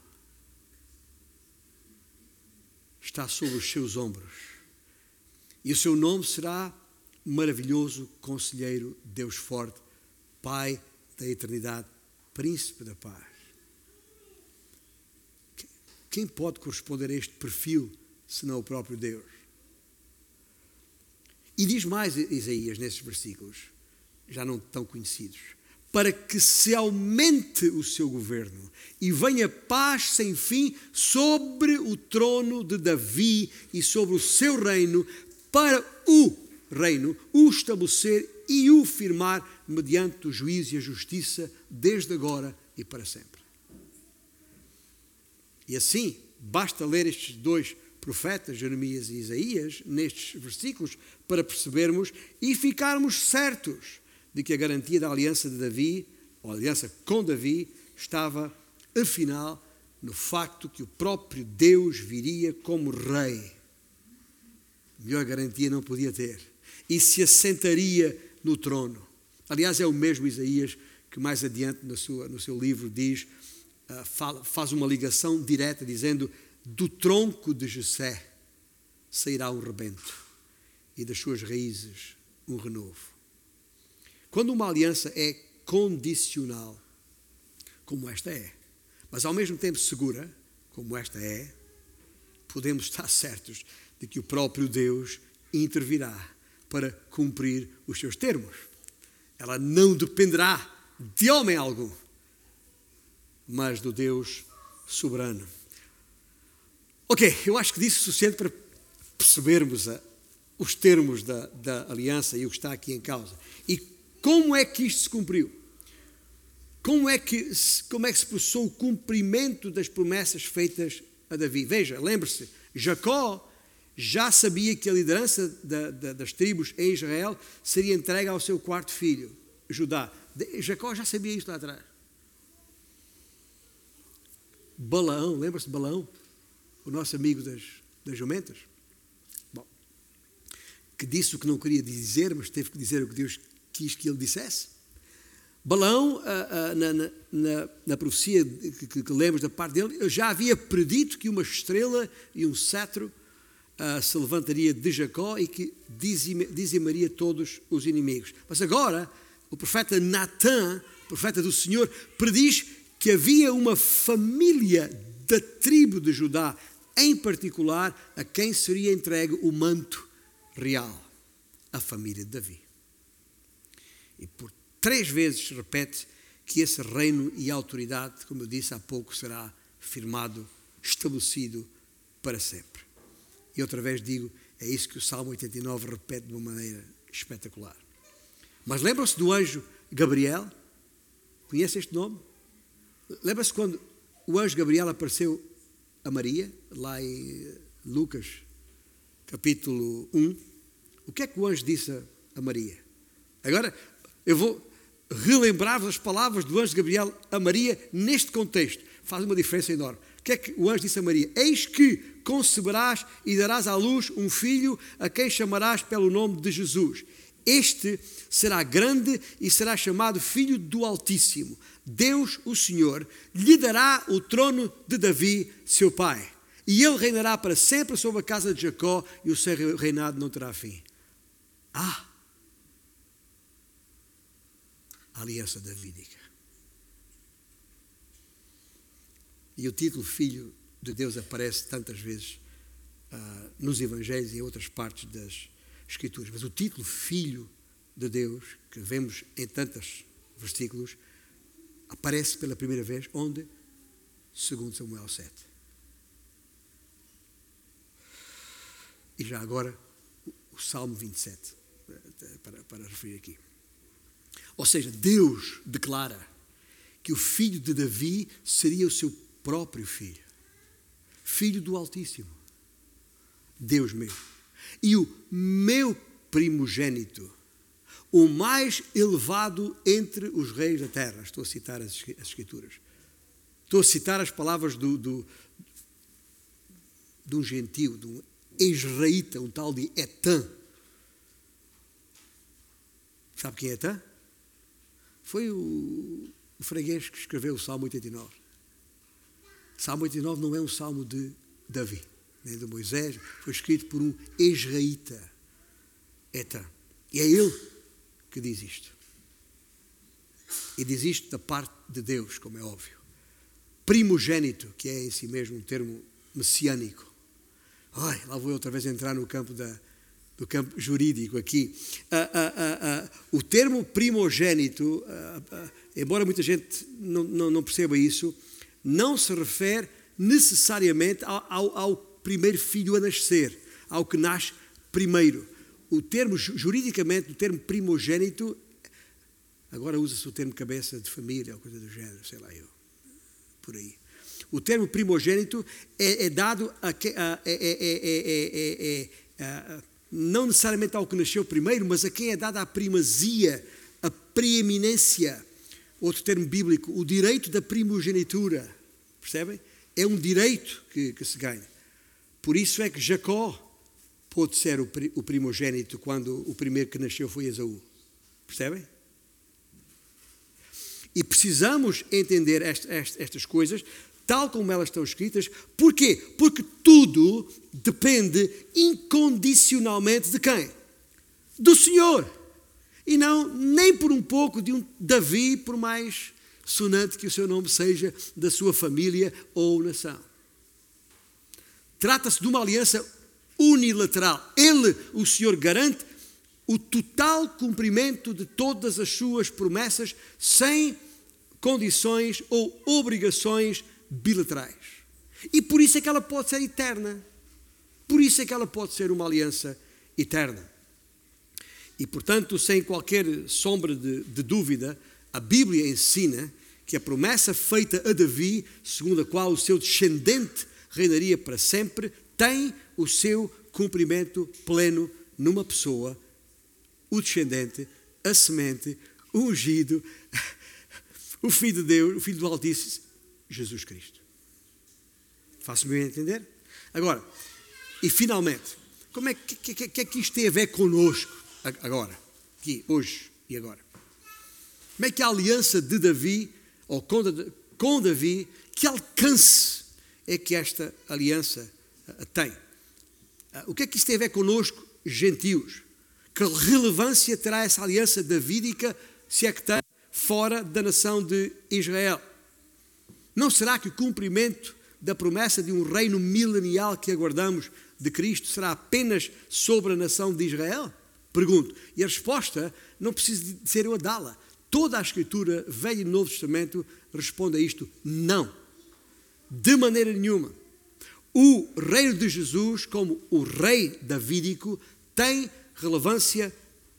Speaker 1: está sobre os seus ombros. E o seu nome será maravilhoso, Conselheiro, Deus forte, Pai da eternidade, Príncipe da paz. Quem pode corresponder a este perfil, senão o próprio Deus? E diz mais Isaías nesses versículos, já não tão conhecidos: para que se aumente o seu governo e venha paz sem fim sobre o trono de Davi e sobre o seu reino, para o reino, o estabelecer e o firmar mediante o juízo e a justiça, desde agora e para sempre. E assim, basta ler estes dois profetas, Jeremias e Isaías, nestes versículos, para percebermos e ficarmos certos de que a garantia da aliança de Davi, ou a aliança com Davi, estava, afinal, no facto que o próprio Deus viria como rei. Melhor garantia não podia ter. E se assentaria no trono. Aliás, é o mesmo Isaías que mais adiante no seu livro diz, faz uma ligação direta dizendo: do tronco de Jessé sairá um rebento e das suas raízes um renovo. Quando uma aliança é condicional, como esta é, mas ao mesmo tempo segura, como esta é, podemos estar certos de que o próprio Deus intervirá para cumprir os seus termos. Ela não dependerá de homem algum, mas do Deus soberano. Ok, eu acho que disse o suficiente para percebermos os termos da aliança e o que está aqui em causa. E como é que isto se cumpriu? Como é que se processou o cumprimento das promessas feitas a Davi? Veja, lembre-se, Jacó já sabia que a liderança das tribos em Israel seria entregue ao seu quarto filho, Judá. Jacó já sabia isso lá atrás. Balaão, lembra-se de Balaão? O nosso amigo das jumentas? Bom, que disse o que não queria dizer, mas teve que dizer o que Deus quis que ele dissesse. Balaão, na profecia que lemos da parte dele, já havia predito que uma estrela e um cetro se levantaria de Jacó e que dizimaria todos os inimigos. Mas agora, o profeta Natã, profeta do Senhor, prediz que havia uma família da tribo de Judá, em particular, a quem seria entregue o manto real, a família de Davi. E por 3 vezes repete que esse reino e autoridade, como eu disse há pouco, será firmado, estabelecido para sempre. E outra vez digo, é isso que o Salmo 89 repete de uma maneira espetacular. Mas lembram-se do anjo Gabriel? Conhece este nome? Lembra-se quando o anjo Gabriel apareceu a Maria, lá em Lucas, capítulo 1? O que é que o anjo disse a Maria? Agora, eu vou relembrar-vos as palavras do anjo Gabriel a Maria neste contexto. Faz uma diferença enorme. O que é que o anjo disse a Maria? Eis que conceberás e darás à luz um filho a quem chamarás pelo nome de Jesus. Este será grande e será chamado Filho do Altíssimo. Deus, o Senhor, lhe dará o trono de Davi, seu pai. E ele reinará para sempre sobre a casa de Jacó e o seu reinado não terá fim. A aliança davídica. E o título Filho de Deus aparece tantas vezes nos Evangelhos e em outras partes das Escrituras. Mas o título Filho de Deus, que vemos em tantos versículos, aparece pela primeira vez onde? Segundo Samuel 7. E já agora o Salmo 27, para referir aqui. Ou seja, Deus declara que o filho de Davi seria o seu próprio filho. Filho do Altíssimo. Deus meu. E o meu primogênito, o mais elevado entre os reis da terra. Estou a citar as Escrituras. Estou a citar as palavras de um gentio, de um israelita, um tal de Etã. Sabe quem é Etã? Foi o freguês que escreveu o Salmo 89. O Salmo 89 não é um salmo de Davi, nem de Moisés, foi escrito por um israelita, Etã. E é ele que diz isto. E diz isto da parte de Deus, como é óbvio. Primogênito, que é em si mesmo um termo messiânico. Ai, lá vou eu outra vez entrar no campo do campo jurídico aqui. O termo primogênito, embora muita gente não perceba isso, não se refere necessariamente ao primeiro filho a nascer, ao que nasce primeiro. o termo, juridicamente, o termo primogênito, agora usa-se o termo cabeça de família, ou coisa do género, sei lá eu, por aí. O termo primogênito é dado não necessariamente ao que nasceu primeiro, mas a quem é dada a primazia, a preeminência. Outro termo bíblico, o direito da primogenitura. Percebem? É um direito que se ganha. Por isso é que Jacó pôde ser o primogênito quando o primeiro que nasceu foi Esaú. Percebem? E precisamos entender estas coisas tal como elas estão escritas. Porquê? Porque tudo depende incondicionalmente de quem? Do Senhor. E não nem por um pouco de um Davi, por mais sonante que o seu nome seja, da sua família ou nação. Trata-se de uma aliança unilateral. Ele, o Senhor, garante o total cumprimento de todas as suas promessas sem condições ou obrigações bilaterais. E por isso é que ela pode ser eterna. Por isso é que ela pode ser uma aliança eterna. E, portanto, sem qualquer sombra de dúvida, a Bíblia ensina que a promessa feita a Davi, segundo a qual o seu descendente reinaria para sempre, tem o seu cumprimento pleno numa pessoa, o descendente, a semente, o ungido, o Filho de Deus, o Filho do Altíssimo, Jesus Cristo. Faço-me entender? Agora, e finalmente, como é que isto tem a ver connosco agora, aqui, hoje e agora? Como é que a aliança de Davi, ou com Davi, que alcance é que esta aliança tem? O que é que isto tem a ver connosco, gentios? Que relevância terá essa aliança davídica, se é que tem, fora da nação de Israel? Não será que o cumprimento da promessa de um reino milenial que aguardamos de Cristo será apenas sobre a nação de Israel? Pergunto. E a resposta não precisa de ser eu a dá-la. Toda a Escritura, Velho e Novo Testamento, responde a isto: não. De maneira nenhuma. O reino de Jesus, como o rei davídico, tem relevância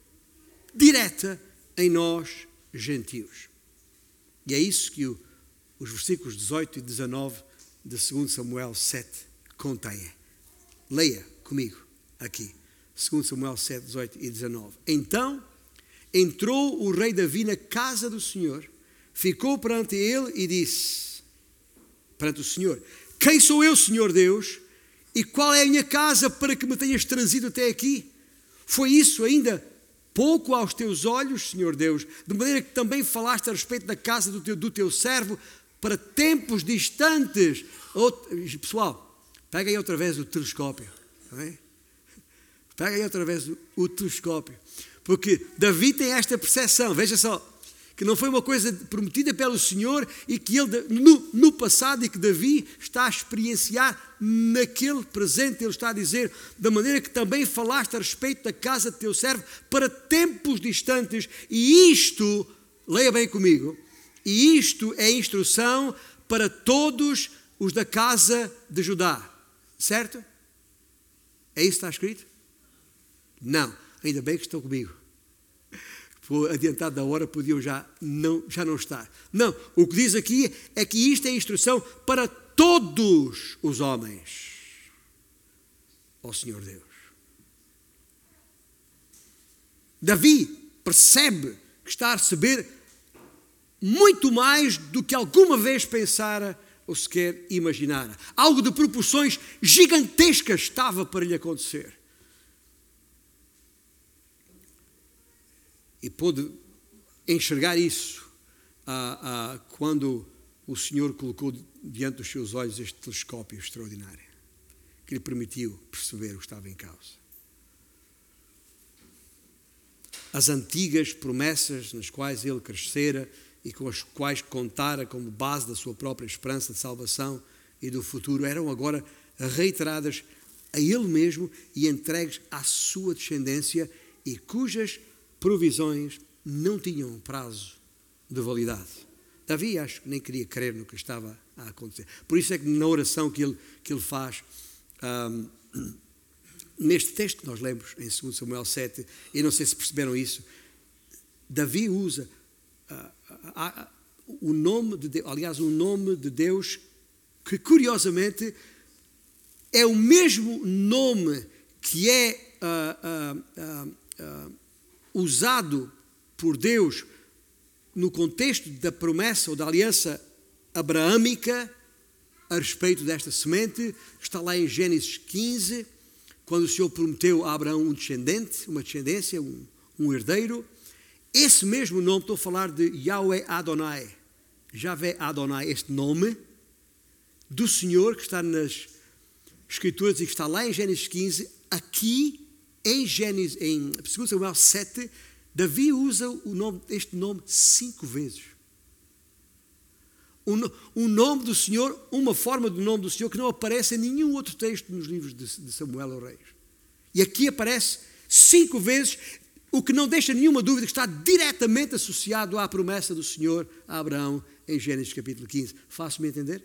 Speaker 1: direta em nós, gentios. E é isso que os versículos 18 e 19 de 2 Samuel 7 contêm. Leia comigo aqui. 2 Samuel 7, 18 e 19. Então entrou o rei Davi na casa do Senhor, ficou perante ele e disse, perante o Senhor: quem sou eu, Senhor Deus, e qual é a minha casa para que me tenhas trazido até aqui? Foi isso ainda pouco aos teus olhos, Senhor Deus, de maneira que também falaste a respeito da casa do teu servo para tempos distantes. Pessoal, pega aí outra vez o telescópio. Está bem? Pega aí outra vez o telescópio. Porque Davi tem esta percepção, veja só, que não foi uma coisa prometida pelo Senhor e que ele, no passado, e que Davi está a experienciar naquele presente. Ele está a dizer, da maneira que também falaste a respeito da casa de teu servo para tempos distantes. E isto, leia bem comigo, e isto é instrução para todos os da casa de Judá. Certo? É isso que está escrito? Não. Ainda bem que estão comigo. Por adiantado da hora, podiam já não estar. Não, o que diz aqui é que isto é instrução para todos os homens. Ó Senhor Deus. Davi percebe que está a receber muito mais do que alguma vez pensara ou sequer imaginara. Algo de proporções gigantescas estava para lhe acontecer. E pôde enxergar isso quando o Senhor colocou diante dos seus olhos este telescópio extraordinário, que lhe permitiu perceber o que estava em causa. As antigas promessas nas quais ele crescera e com as quais contara como base da sua própria esperança de salvação e do futuro, eram agora reiteradas a ele mesmo e entregues à sua descendência, e cujas provisões não tinham prazo de validade. Davi, acho que nem queria crer no que estava a acontecer. Por isso é que na oração que ele faz, neste texto que nós lemos em 2 Samuel 7, e não sei se perceberam isso, Davi usa o nome de Deus, aliás, um nome de Deus que, curiosamente, é o mesmo nome que é usado por Deus no contexto da promessa ou da aliança abraâmica a respeito desta semente. Está lá em Gênesis 15, quando o Senhor prometeu a Abraão uma descendência, um herdeiro. Esse mesmo nome, estou a falar de Yahweh Adonai, Javé Adonai, este nome do Senhor que está nas Escrituras e que está lá em Gênesis 15, aqui em 2 Samuel 7, Davi usa este nome 5 vezes. Um nome do Senhor, uma forma do nome do Senhor que não aparece em nenhum outro texto nos livros de Samuel ou Reis. E aqui aparece 5 vezes, o que não deixa nenhuma dúvida que está diretamente associado à promessa do Senhor a Abraão em Gênesis capítulo 15. Faço-me entender?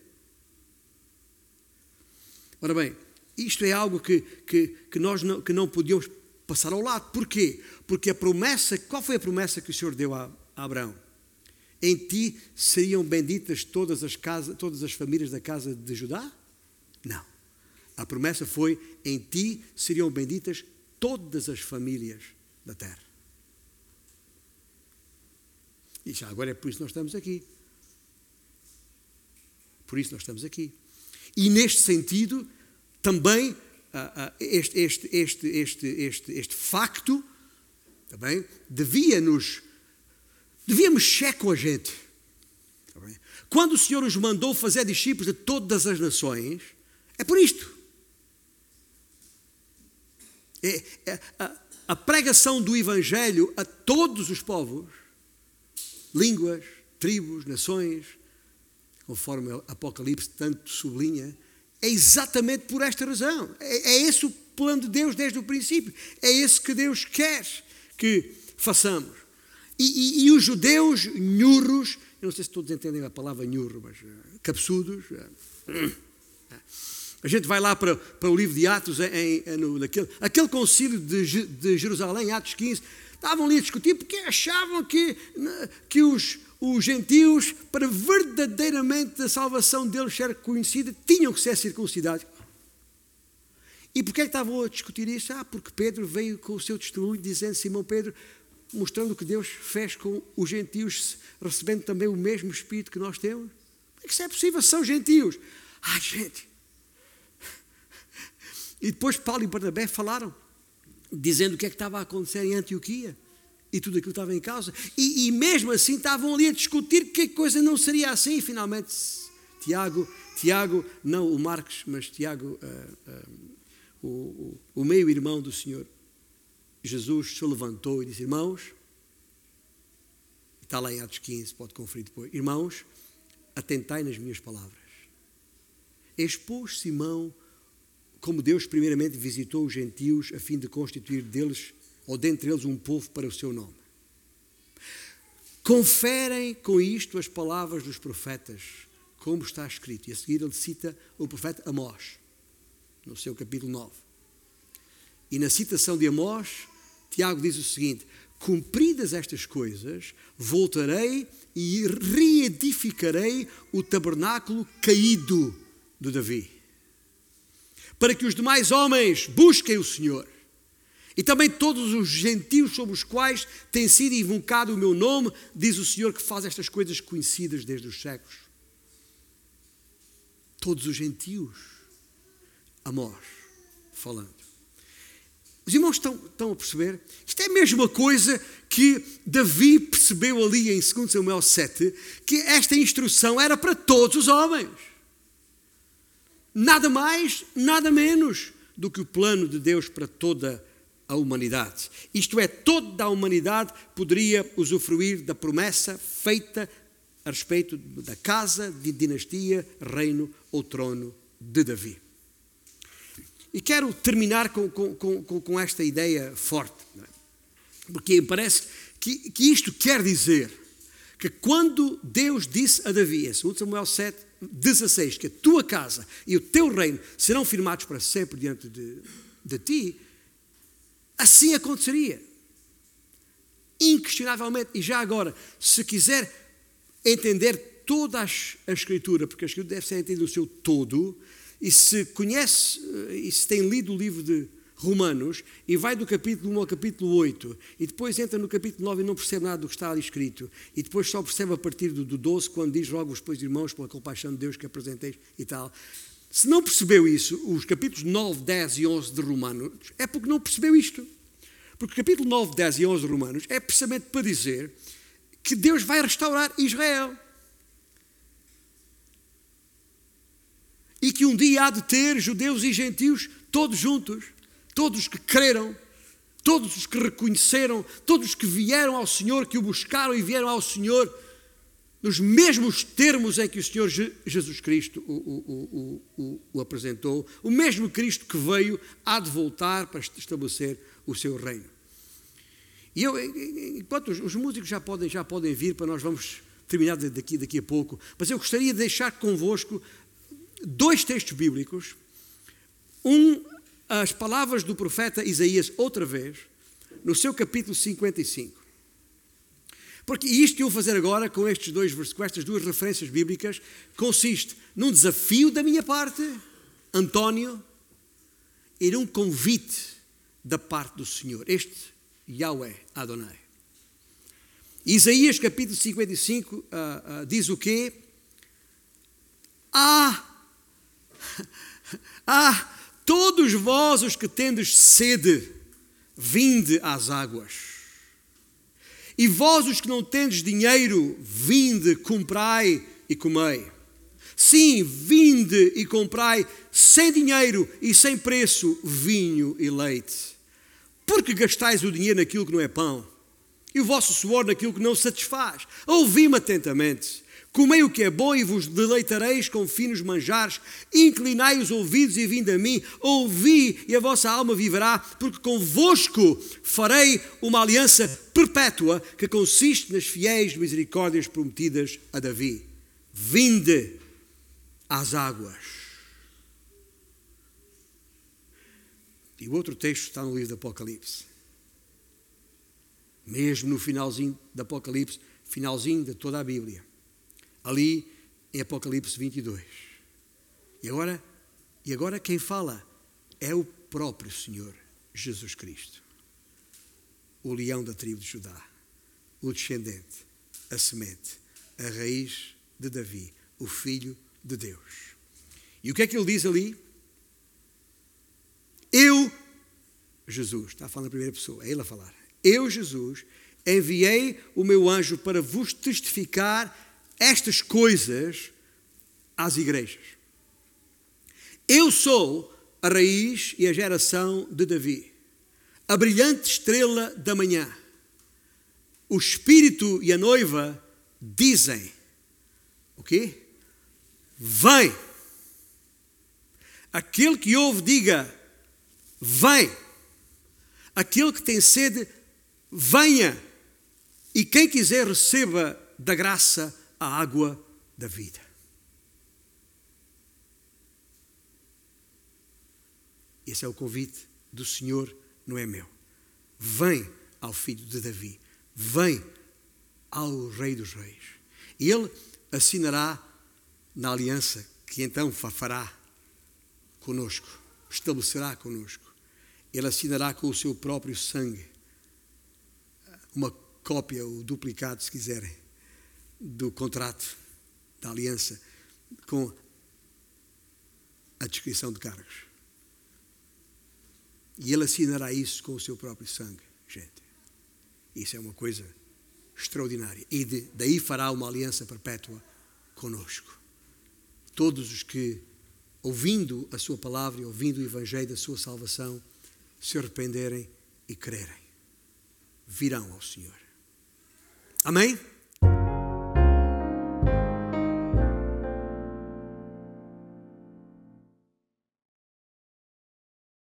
Speaker 1: Ora bem, isto é algo que nós não podíamos passar ao lado. Porquê? Porque a promessa, qual foi a promessa que o Senhor deu a Abraão? Em ti seriam benditas todas as famílias da casa de Judá? Não. A promessa foi, em ti seriam benditas todas as famílias da terra. E já agora é por isso que nós estamos aqui. Por isso nós estamos aqui. E neste sentido, também este facto também devia mexer com a gente. Quando o Senhor os mandou fazer discípulos de todas as nações, é por isto. A pregação do Evangelho a todos os povos, línguas, tribos, nações, conforme o Apocalipse tanto sublinha, é exatamente por esta razão. É esse o plano de Deus desde o princípio. É esse que Deus quer que façamos. E os judeus nhurros, eu não sei se todos entendem a palavra nhurro, mas cabeçudos. A gente vai lá para o livro de Atos, aquele concílio de Jerusalém, Atos 15, estavam ali a discutir porque achavam que os gentios, para verdadeiramente a salvação deles ser conhecida, tinham que ser circuncidados. E porquê é que estavam a discutir isso? Porque Pedro veio com o seu testemunho dizendo, Simão Pedro, mostrando o que Deus fez com os gentios, recebendo também o mesmo Espírito que nós temos. Como é que isso é possível? São gentios. Gente. E depois Paulo e Barnabé falaram, dizendo o que é que estava a acontecer em Antioquia. E tudo aquilo estava em causa. E mesmo assim estavam ali a discutir que a coisa não seria assim. E finalmente Tiago, não o Marcos, mas Tiago, o meio-irmão do Senhor Jesus, se levantou e disse, irmãos, está lá em Atos 15, pode conferir depois, irmãos, atentai nas minhas palavras. Expôs Simão como Deus primeiramente visitou os gentios a fim de constituir deles ou dentre eles um povo para o seu nome. Conferem com isto as palavras dos profetas, como está escrito. E a seguir ele cita o profeta Amós, no seu capítulo 9. E na citação de Amós, Tiago diz o seguinte, cumpridas estas coisas, voltarei e reedificarei o tabernáculo caído de Davi, para que os demais homens busquem o Senhor. E também todos os gentios sobre os quais tem sido invocado o meu nome, diz o Senhor que faz estas coisas conhecidas desde os séculos. Todos os gentios, Amós, falando. Os irmãos estão a perceber? Isto é a mesma coisa que Davi percebeu ali em 2 Samuel 7, que esta instrução era para todos os homens. Nada mais, nada menos do que o plano de Deus para toda a humanidade. Isto é, toda a humanidade poderia usufruir da promessa feita a respeito da casa, de dinastia, reino ou trono de Davi. E quero terminar com esta ideia forte, não é? Porque parece que isto quer dizer que quando Deus disse a Davi, em 2 Samuel 7, 16, que a tua casa e o teu reino serão firmados para sempre diante de ti, assim aconteceria. Inquestionavelmente. E já agora, se quiser entender toda a Escritura, porque a Escritura deve ser entendida no seu todo, e se conhece, e se tem lido o livro de Romanos, e vai do capítulo 1 ao capítulo 8, e depois entra no capítulo 9 e não percebe nada do que está ali escrito, e depois só percebe a partir do 12, quando diz: rogo-vos, pois, irmãos, pela compaixão de Deus que apresenteis e tal. Se não percebeu isso, os capítulos 9, 10 e 11 de Romanos, é porque não percebeu isto. Porque o capítulo 9, 10 e 11 de Romanos é precisamente para dizer que Deus vai restaurar Israel. E que um dia há de ter judeus e gentios todos juntos, todos os que creram, todos os que reconheceram, todos os que vieram ao Senhor, que o buscaram e vieram ao Senhor, nos mesmos termos em que o Senhor Jesus Cristo o apresentou, o mesmo Cristo que veio há de voltar para estabelecer o seu reino. E eu, enquanto os músicos já podem vir, para nós vamos terminar daqui a pouco, mas eu gostaria de deixar convosco 2 textos bíblicos, as palavras do profeta Isaías, outra vez, no seu capítulo 55. Porque isto que eu vou fazer agora, com estas 2 referências bíblicas, consiste num desafio da minha parte, António, e num convite da parte do Senhor, este Yahweh Adonai. Isaías capítulo 55 diz o quê? Todos vós os que tendes sede, vinde às águas. E vós os que não tendes dinheiro, vinde, comprai e comei. Sim, vinde e comprai sem dinheiro e sem preço vinho e leite. Porque gastais o dinheiro naquilo que não é pão, e o vosso suor naquilo que não satisfaz? Ouvi-me atentamente. Comei o que é bom e vos deleitareis com finos manjares. Inclinai os ouvidos e vinde a mim. Ouvi e a vossa alma viverá, porque convosco farei uma aliança perpétua que consiste nas fiéis misericórdias prometidas a Davi. Vinde às águas. E o outro texto está no livro do Apocalipse. Mesmo no finalzinho do Apocalipse, finalzinho de toda a Bíblia. Ali em Apocalipse 22. E agora quem fala é o próprio Senhor Jesus Cristo. O leão da tribo de Judá. O descendente, a semente, a raiz de Davi, o Filho de Deus. E o que é que ele diz ali? Eu, Jesus, está a falar na primeira pessoa, é ele a falar. Eu, Jesus, enviei o meu anjo para vos testificar estas coisas às igrejas. Eu sou a raiz e a geração de Davi, a brilhante estrela da manhã. O Espírito e a noiva dizem, o quê? Vem. Aquele que ouve, diga, vem. Aquele que tem sede, venha. E quem quiser, receba da graça a água da vida. Esse é o convite do Senhor, não é meu. Vem ao Filho de Davi. Vem ao Rei dos Reis. E ele assinará na aliança que então fará conosco, estabelecerá conosco. Ele assinará com o seu próprio sangue uma cópia, ou duplicado, se quiserem, do contrato, da aliança, com a descrição de cargos. E ele assinará isso com o seu próprio sangue, gente. Isso é uma coisa extraordinária. E daí fará uma aliança perpétua conosco. Todos os que, ouvindo a sua palavra e ouvindo o evangelho da sua salvação, se arrependerem e crerem, virão ao Senhor. Amém?